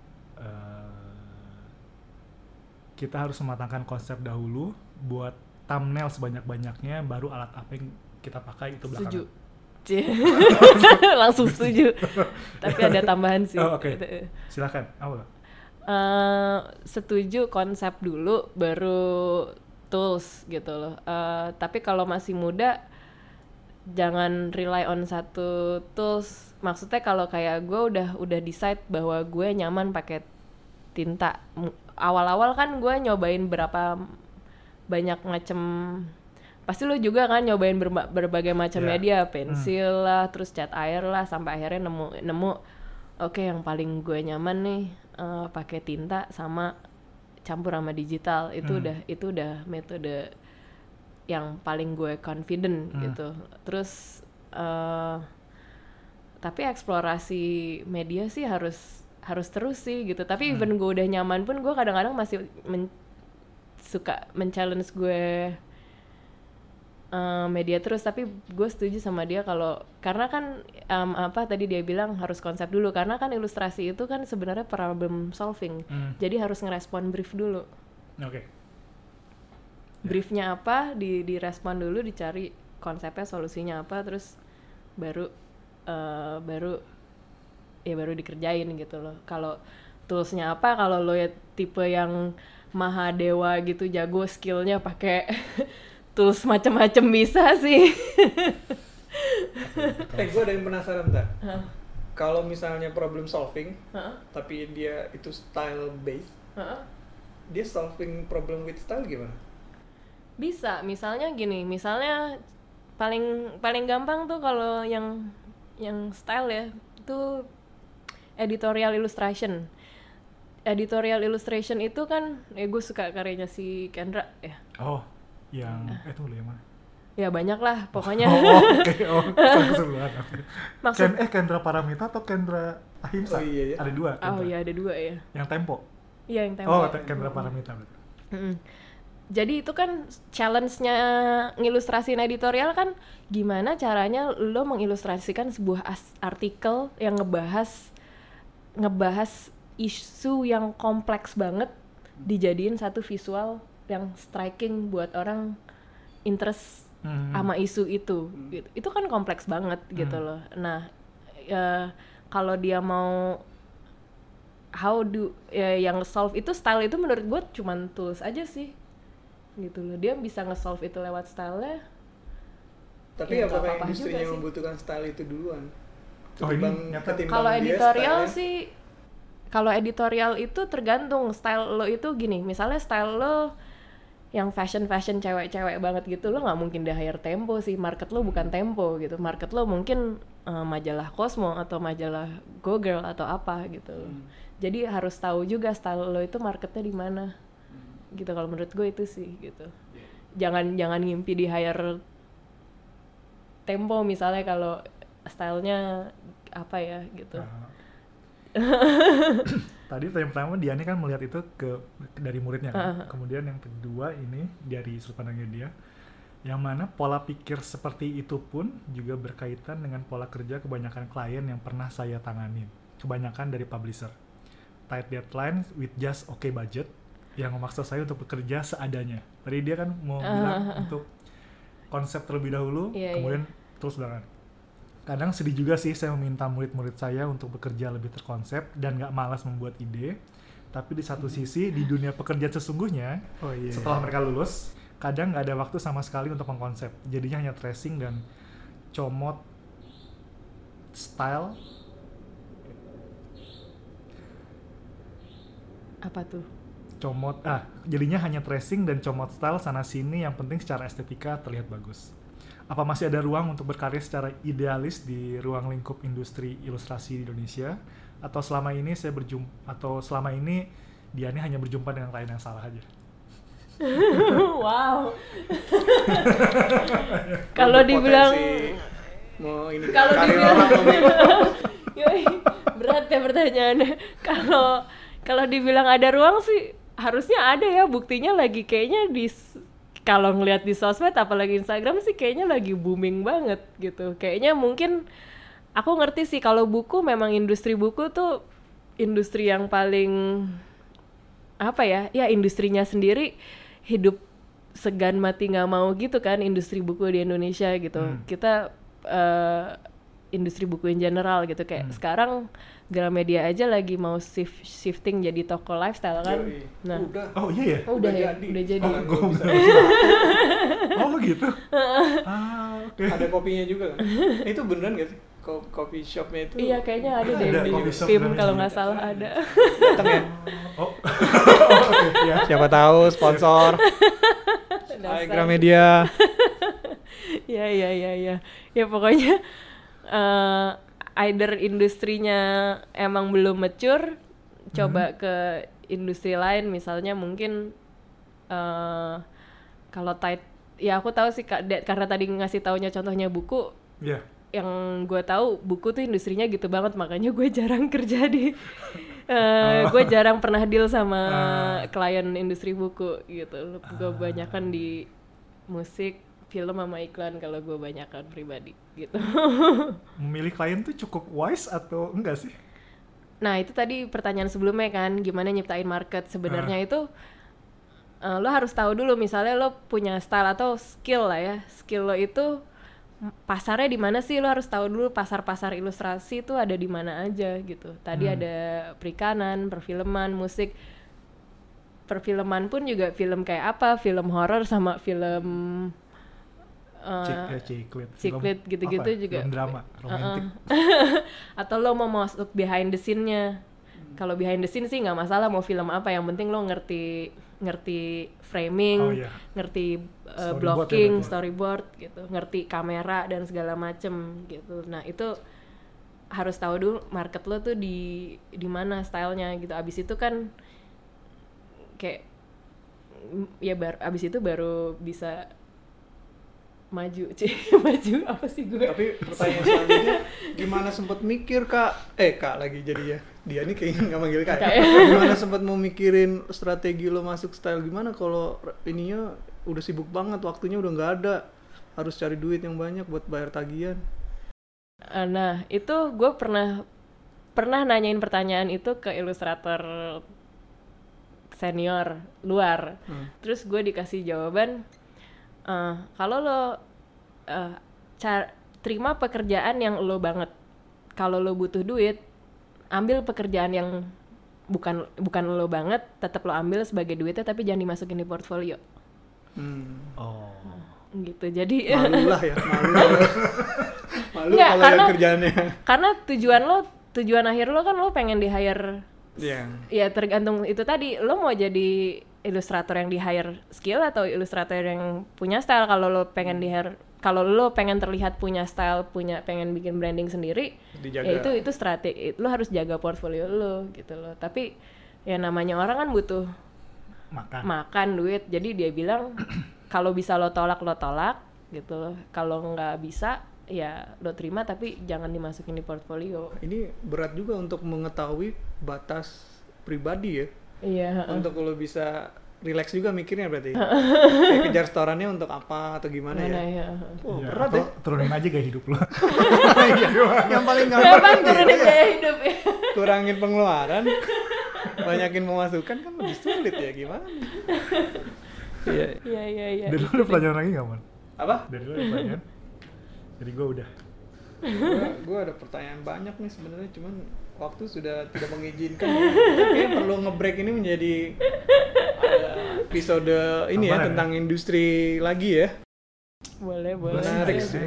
kita harus mematangkan konsep dahulu, buat thumbnail sebanyak-banyaknya, baru alat apa yang kita pakai itu belakangan. Setuju. Langsung setuju. Tapi ada tambahan sih. Oke. Silakan. Apa? Setuju konsep dulu baru tools gitu loh. Tapi kalau masih muda jangan rely on satu tools. Maksudnya kalau kayak gue udah decide bahwa gue nyaman pakai tinta. Awal-awal kan gue nyobain berapa banyak macam. Pasti lo juga kan nyobain berbagai macam media, pensil lah, terus cat air lah, sampai akhirnya nemu oke, yang paling gue nyaman nih pakai tinta sama campur sama digital. Itu udah metode yang paling gue confident gitu. Terus tapi eksplorasi media sih harus terus sih gitu. Tapi even gue udah nyaman pun gue kadang-kadang masih suka men-challenge gue media terus. Tapi gue setuju sama dia karena kan tadi dia bilang harus konsep dulu, karena kan ilustrasi itu kan sebenarnya problem solving. Jadi harus ngerespon brief dulu. Briefnya apa, direspon dulu, dicari konsepnya, solusinya apa, terus baru dikerjain gitu loh. Kalau toolsnya apa, kalau lo ya tipe yang maha dewa gitu, jago skillnya pakai tools macam-macam bisa sih. Gue ada yang penasaran kalau misalnya problem solving, tapi dia itu style based, dia solving problem with style gimana? Bisa, misalnya gini, paling gampang tuh kalau yang style ya, itu editorial illustration. Editorial illustration itu kan, gue suka karyanya si Kendra ya. Yang itu yang mana? Ya banyak lah pokoknya. Maksud Kendra Paramita atau Kendra Ahimsa? Iya. Ada 2. Ada 2 ya. Yang Tempo. Iya, yang Tempo. Kendra Paramita berarti. Jadi itu kan challenge-nya ngilustrasiin editorial kan, gimana caranya lo mengilustrasikan sebuah artikel yang ngebahas isu yang kompleks banget, dijadiin satu visual yang striking buat orang interest sama isu itu. Itu kan kompleks banget gitu loh. Nah, kalau dia mau yang solve itu, style itu menurut gue cuman tools aja sih gitu loh. Dia bisa nge-solve itu lewat style-nya. Tapi apakah industrinya membutuhkan style itu duluan? Kalau editorial sih, kalau editorial itu tergantung style lo itu gini. Misalnya style lo yang fashion cewek-cewek banget gitu, lo nggak mungkin di hire Tempo sih. Market lo bukan Tempo gitu. Market lo mungkin majalah Cosmo atau majalah Go Girl atau apa gitu. Jadi harus tahu juga style lo itu marketnya di mana. gitu. Kalau menurut gue itu sih gitu. Jangan ngimpi di hire Tempo misalnya kalau stylenya apa ya gitu. Tadi yang pertama Diani kan melihat itu dari muridnya kan. Kemudian yang kedua ini dari sudut pandangnya dia, yang mana pola pikir seperti itu pun juga berkaitan dengan pola kerja kebanyakan klien yang pernah saya tangani. Kebanyakan dari publisher. Tight deadline with just okay budget yang memaksa saya untuk bekerja seadanya. Tadi dia kan mau bilang untuk konsep terlebih dahulu, kemudian terus belakangan. Kadang sedih juga sih saya meminta murid-murid saya untuk bekerja lebih terkonsep dan gak malas membuat ide. Tapi di satu sisi, di dunia pekerjaan sesungguhnya, setelah mereka lulus, kadang gak ada waktu sama sekali untuk mengkonsep. Jadinya hanya tracing dan comot style. Apa tuh? Jadinya hanya tracing dan comot style sana-sini, yang penting secara estetika terlihat bagus. Apa masih ada ruang untuk berkarya secara idealis di ruang lingkup industri ilustrasi di Indonesia? Atau selama ini Diani hanya berjumpa dengan klien yang salah aja? Wow. Kalau dibilang berat ya pertanyaannya. Kalau dibilang ada ruang sih harusnya ada ya, buktinya lagi kayaknya kalau ngelihat di sosmed apalagi Instagram sih kayaknya lagi booming banget gitu. Kayaknya mungkin aku ngerti sih kalau buku memang industri buku tuh industri yang paling apa ya industrinya sendiri hidup segan mati nggak mau gitu kan, industri buku di Indonesia gitu. Kita industri buku in general gitu kayak sekarang Gramedia aja lagi mau shifting jadi toko lifestyle kan. Nah, udah jadi. Oh gitu. Okay. Ada kopinya juga kan? Itu beneran gak sih? Coffee shopnya itu? Iya kayaknya ada deh di PIM kalau nggak salah ada. Datang ya? Siapa tahu sponsor. Hai Gramedia. Ya. Ya pokoknya either industrinya emang belum mature, coba ke industri lain misalnya mungkin kalau tight, ya aku tahu sih karena tadi ngasih taunya contohnya buku. Yang gue tahu buku tuh industrinya gitu banget, makanya gue jarang kerja di gue jarang pernah deal sama klien industri buku gitu. Gue banyakan di musik, film sama iklan kalau gue banyakan pribadi gitu. Memilih klien tuh cukup wise atau enggak sih? Nah itu tadi pertanyaan sebelumnya kan, gimana nyiptain market. Sebenarnya itu lo harus tahu dulu, misalnya lo punya style atau skill lah ya, skill lo itu pasarnya di mana sih. Lo harus tahu dulu pasar-pasar ilustrasi itu ada di mana aja gitu. Tadi ada perikanan, perfilman, musik. Perfilman pun juga film kayak apa, film horor sama film ciklit gitu-gitu juga. Film drama, romantik. Atau lo mau masuk behind the scene-nya. Kalau behind the scene sih nggak masalah mau film apa, yang penting lo ngerti framing, ngerti blocking, storyboard gitu, ngerti kamera dan segala macem gitu. Nah itu harus tahu dulu market lo tuh di mana stylenya gitu. Abis itu kan kayak abis itu baru bisa maju apa sih gue? Tapi pertanyaan selanjutnya, gimana sempet mikir kak lagi jadi ya, dia nih kayaknya nggak manggil kak ya. Gimana sempet mau mikirin strategi lo masuk style, gimana kalau ininya udah sibuk banget, waktunya udah nggak ada, harus cari duit yang banyak buat bayar tagihan. Nah itu gue pernah nanyain pertanyaan itu ke ilustrator senior luar. Terus gue dikasih jawaban, kalau lo terima pekerjaan yang lo banget, kalau lo butuh duit, ambil pekerjaan yang bukan lo banget, tetap lo ambil sebagai duitnya, tapi jangan dimasukin di portfolio. Gitu. Jadi malu kalau ada kerjaannya. Karena tujuan akhir lo kan lo pengen di hire. Ya tergantung itu tadi, lo mau jadi ilustrator yang di hire skill atau ilustrator yang punya style. Kalau lo pengen di hire, kalau lo pengen terlihat punya style, pengen bikin branding sendiri, dijaga. Ya itu strategi, lo harus jaga portfolio lo gitu lo. Tapi ya namanya orang kan butuh makan duit. Jadi dia bilang kalau bisa lo tolak gitu. Kalau nggak bisa ya lo terima tapi jangan dimasukin di portfolio. Ini berat juga untuk mengetahui batas pribadi ya. Iya. Untuk lo bisa relax juga mikirnya berarti. Kayak kejar setorannya untuk apa atau gimana ya. Oh, berat ya. Turunin aja gaya hidup lo. Yang paling gampang turunin gaya hidup ya. Kurangin pengeluaran, banyakin pemasukan kan lebih sulit ya, gimana? Iya. Dari lu ada pertanyaan lagi nggak, Man? Apa? Dari lu ada pertanyaan? Jadi gue udah. Gue ada pertanyaan banyak nih sebenarnya, cuman waktu sudah tidak mengizinkan. Kayaknya perlu nge-break ini menjadi episode ini ya tentang industri lagi ya. Boleh. Menarik sih.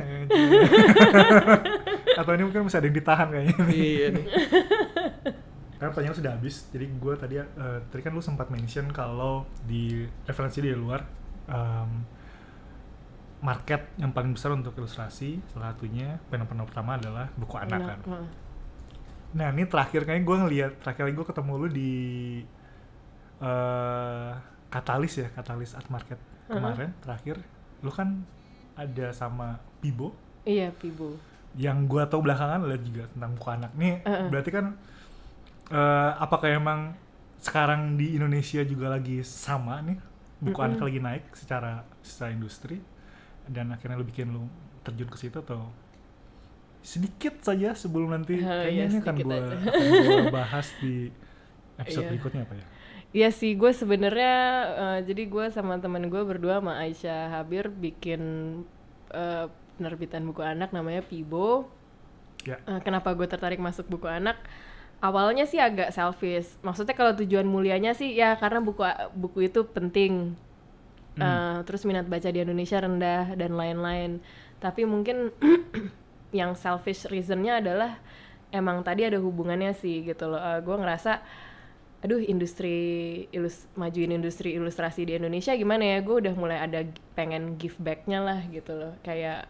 Atau ini mungkin masih ada yang ditahan kayaknya. Iya nih. Karena pertanyaan sudah habis, jadi gue tadi kan lu sempat mention kalau di referensi di luar market yang paling besar untuk ilustrasi salah satunya penerima pertama adalah buku anak kan. Nah ini terakhir kayaknya gue ngeliat, terakhir kali gue ketemu lu di Katalis Art Market kemarin terakhir, lu kan ada sama Pibo. Iya, Pibo. Yang gue tahu belakangan adalah juga tentang buku anak nih. Berarti kan apakah emang sekarang di Indonesia juga lagi sama nih buku anak lagi naik secara industri dan akhirnya lu bikin lu terjun ke situ atau sedikit saja sebelum nanti kayaknya kan gue bahas di episode berikutnya apa ya? Iya sih, gue sebenarnya jadi gue sama teman gue berdua sama Aisyah Habir bikin penerbitan buku anak namanya Pibo. Ya. Kenapa gue tertarik masuk buku anak? Awalnya sih agak selfish. Maksudnya kalau tujuan mulianya sih ya karena buku itu penting. Terus minat baca di Indonesia rendah dan lain-lain. Tapi mungkin yang selfish reasonnya adalah emang tadi ada hubungannya sih gitu loh. Gue ngerasa aduh majuin industri ilustrasi di Indonesia gimana ya, gue udah mulai ada pengen give back-nya lah gitu loh. Kayak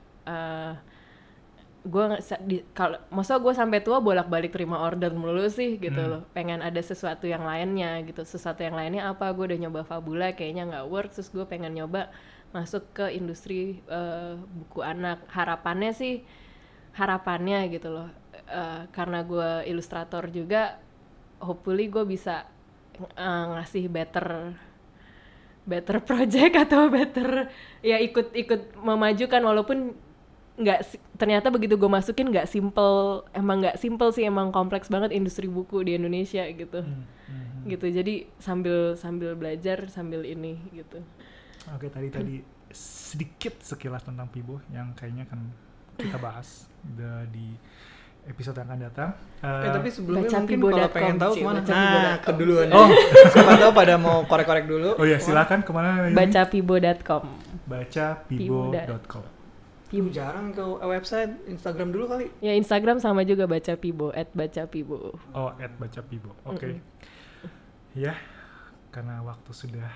maksudnya gue sampai tua bolak-balik terima order melulu sih gitu loh. Pengen ada sesuatu yang lainnya gitu. Sesuatu yang lainnya apa, gue udah nyoba Fabula kayaknya nggak work, terus gue pengen nyoba masuk ke industri buku anak. Harapannya gitu loh, karena gue ilustrator juga, hopefully gue bisa ngasih better project atau better ya ikut memajukan, walaupun ternyata begitu gue masukin nggak simple sih, emang kompleks banget industri buku di Indonesia gitu. Gitu, jadi sambil belajar sambil ini gitu. Oke, tadi sedikit sekilas tentang Pibo yang kayaknya kan kita bahas di episode yang akan datang. Tapi sebelumnya mungkin kalau pengen tahu kemana? Nah, keduluan. Siapa tahu pada mau korek-korek dulu. Oh iya, silakan kemana? Bacapibo.com. Bacapibo.com. Jarang ke website, Instagram dulu kali. Ya Instagram sama juga Bacapibo @bacapibo. Oh @bacapibo. Oke. Ya, karena waktu sudah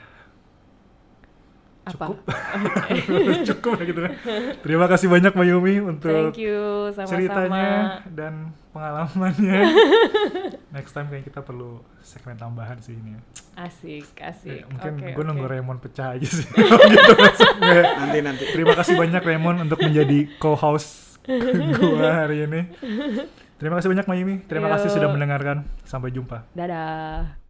cukup. Cukup ya gitu kan. Terima kasih banyak Mayumi untuk ceritanya dan pengalamannya. Next time kayaknya kita perlu segmen tambahan sih ini. Asik. Ya, mungkin gue nunggu Raymond pecah aja sih. Gitu maksudnya. Nanti. Terima kasih banyak Raymond untuk menjadi co-host gue hari ini. Terima kasih banyak Mayumi. Terima kasih sudah mendengarkan. Sampai jumpa. Dadah.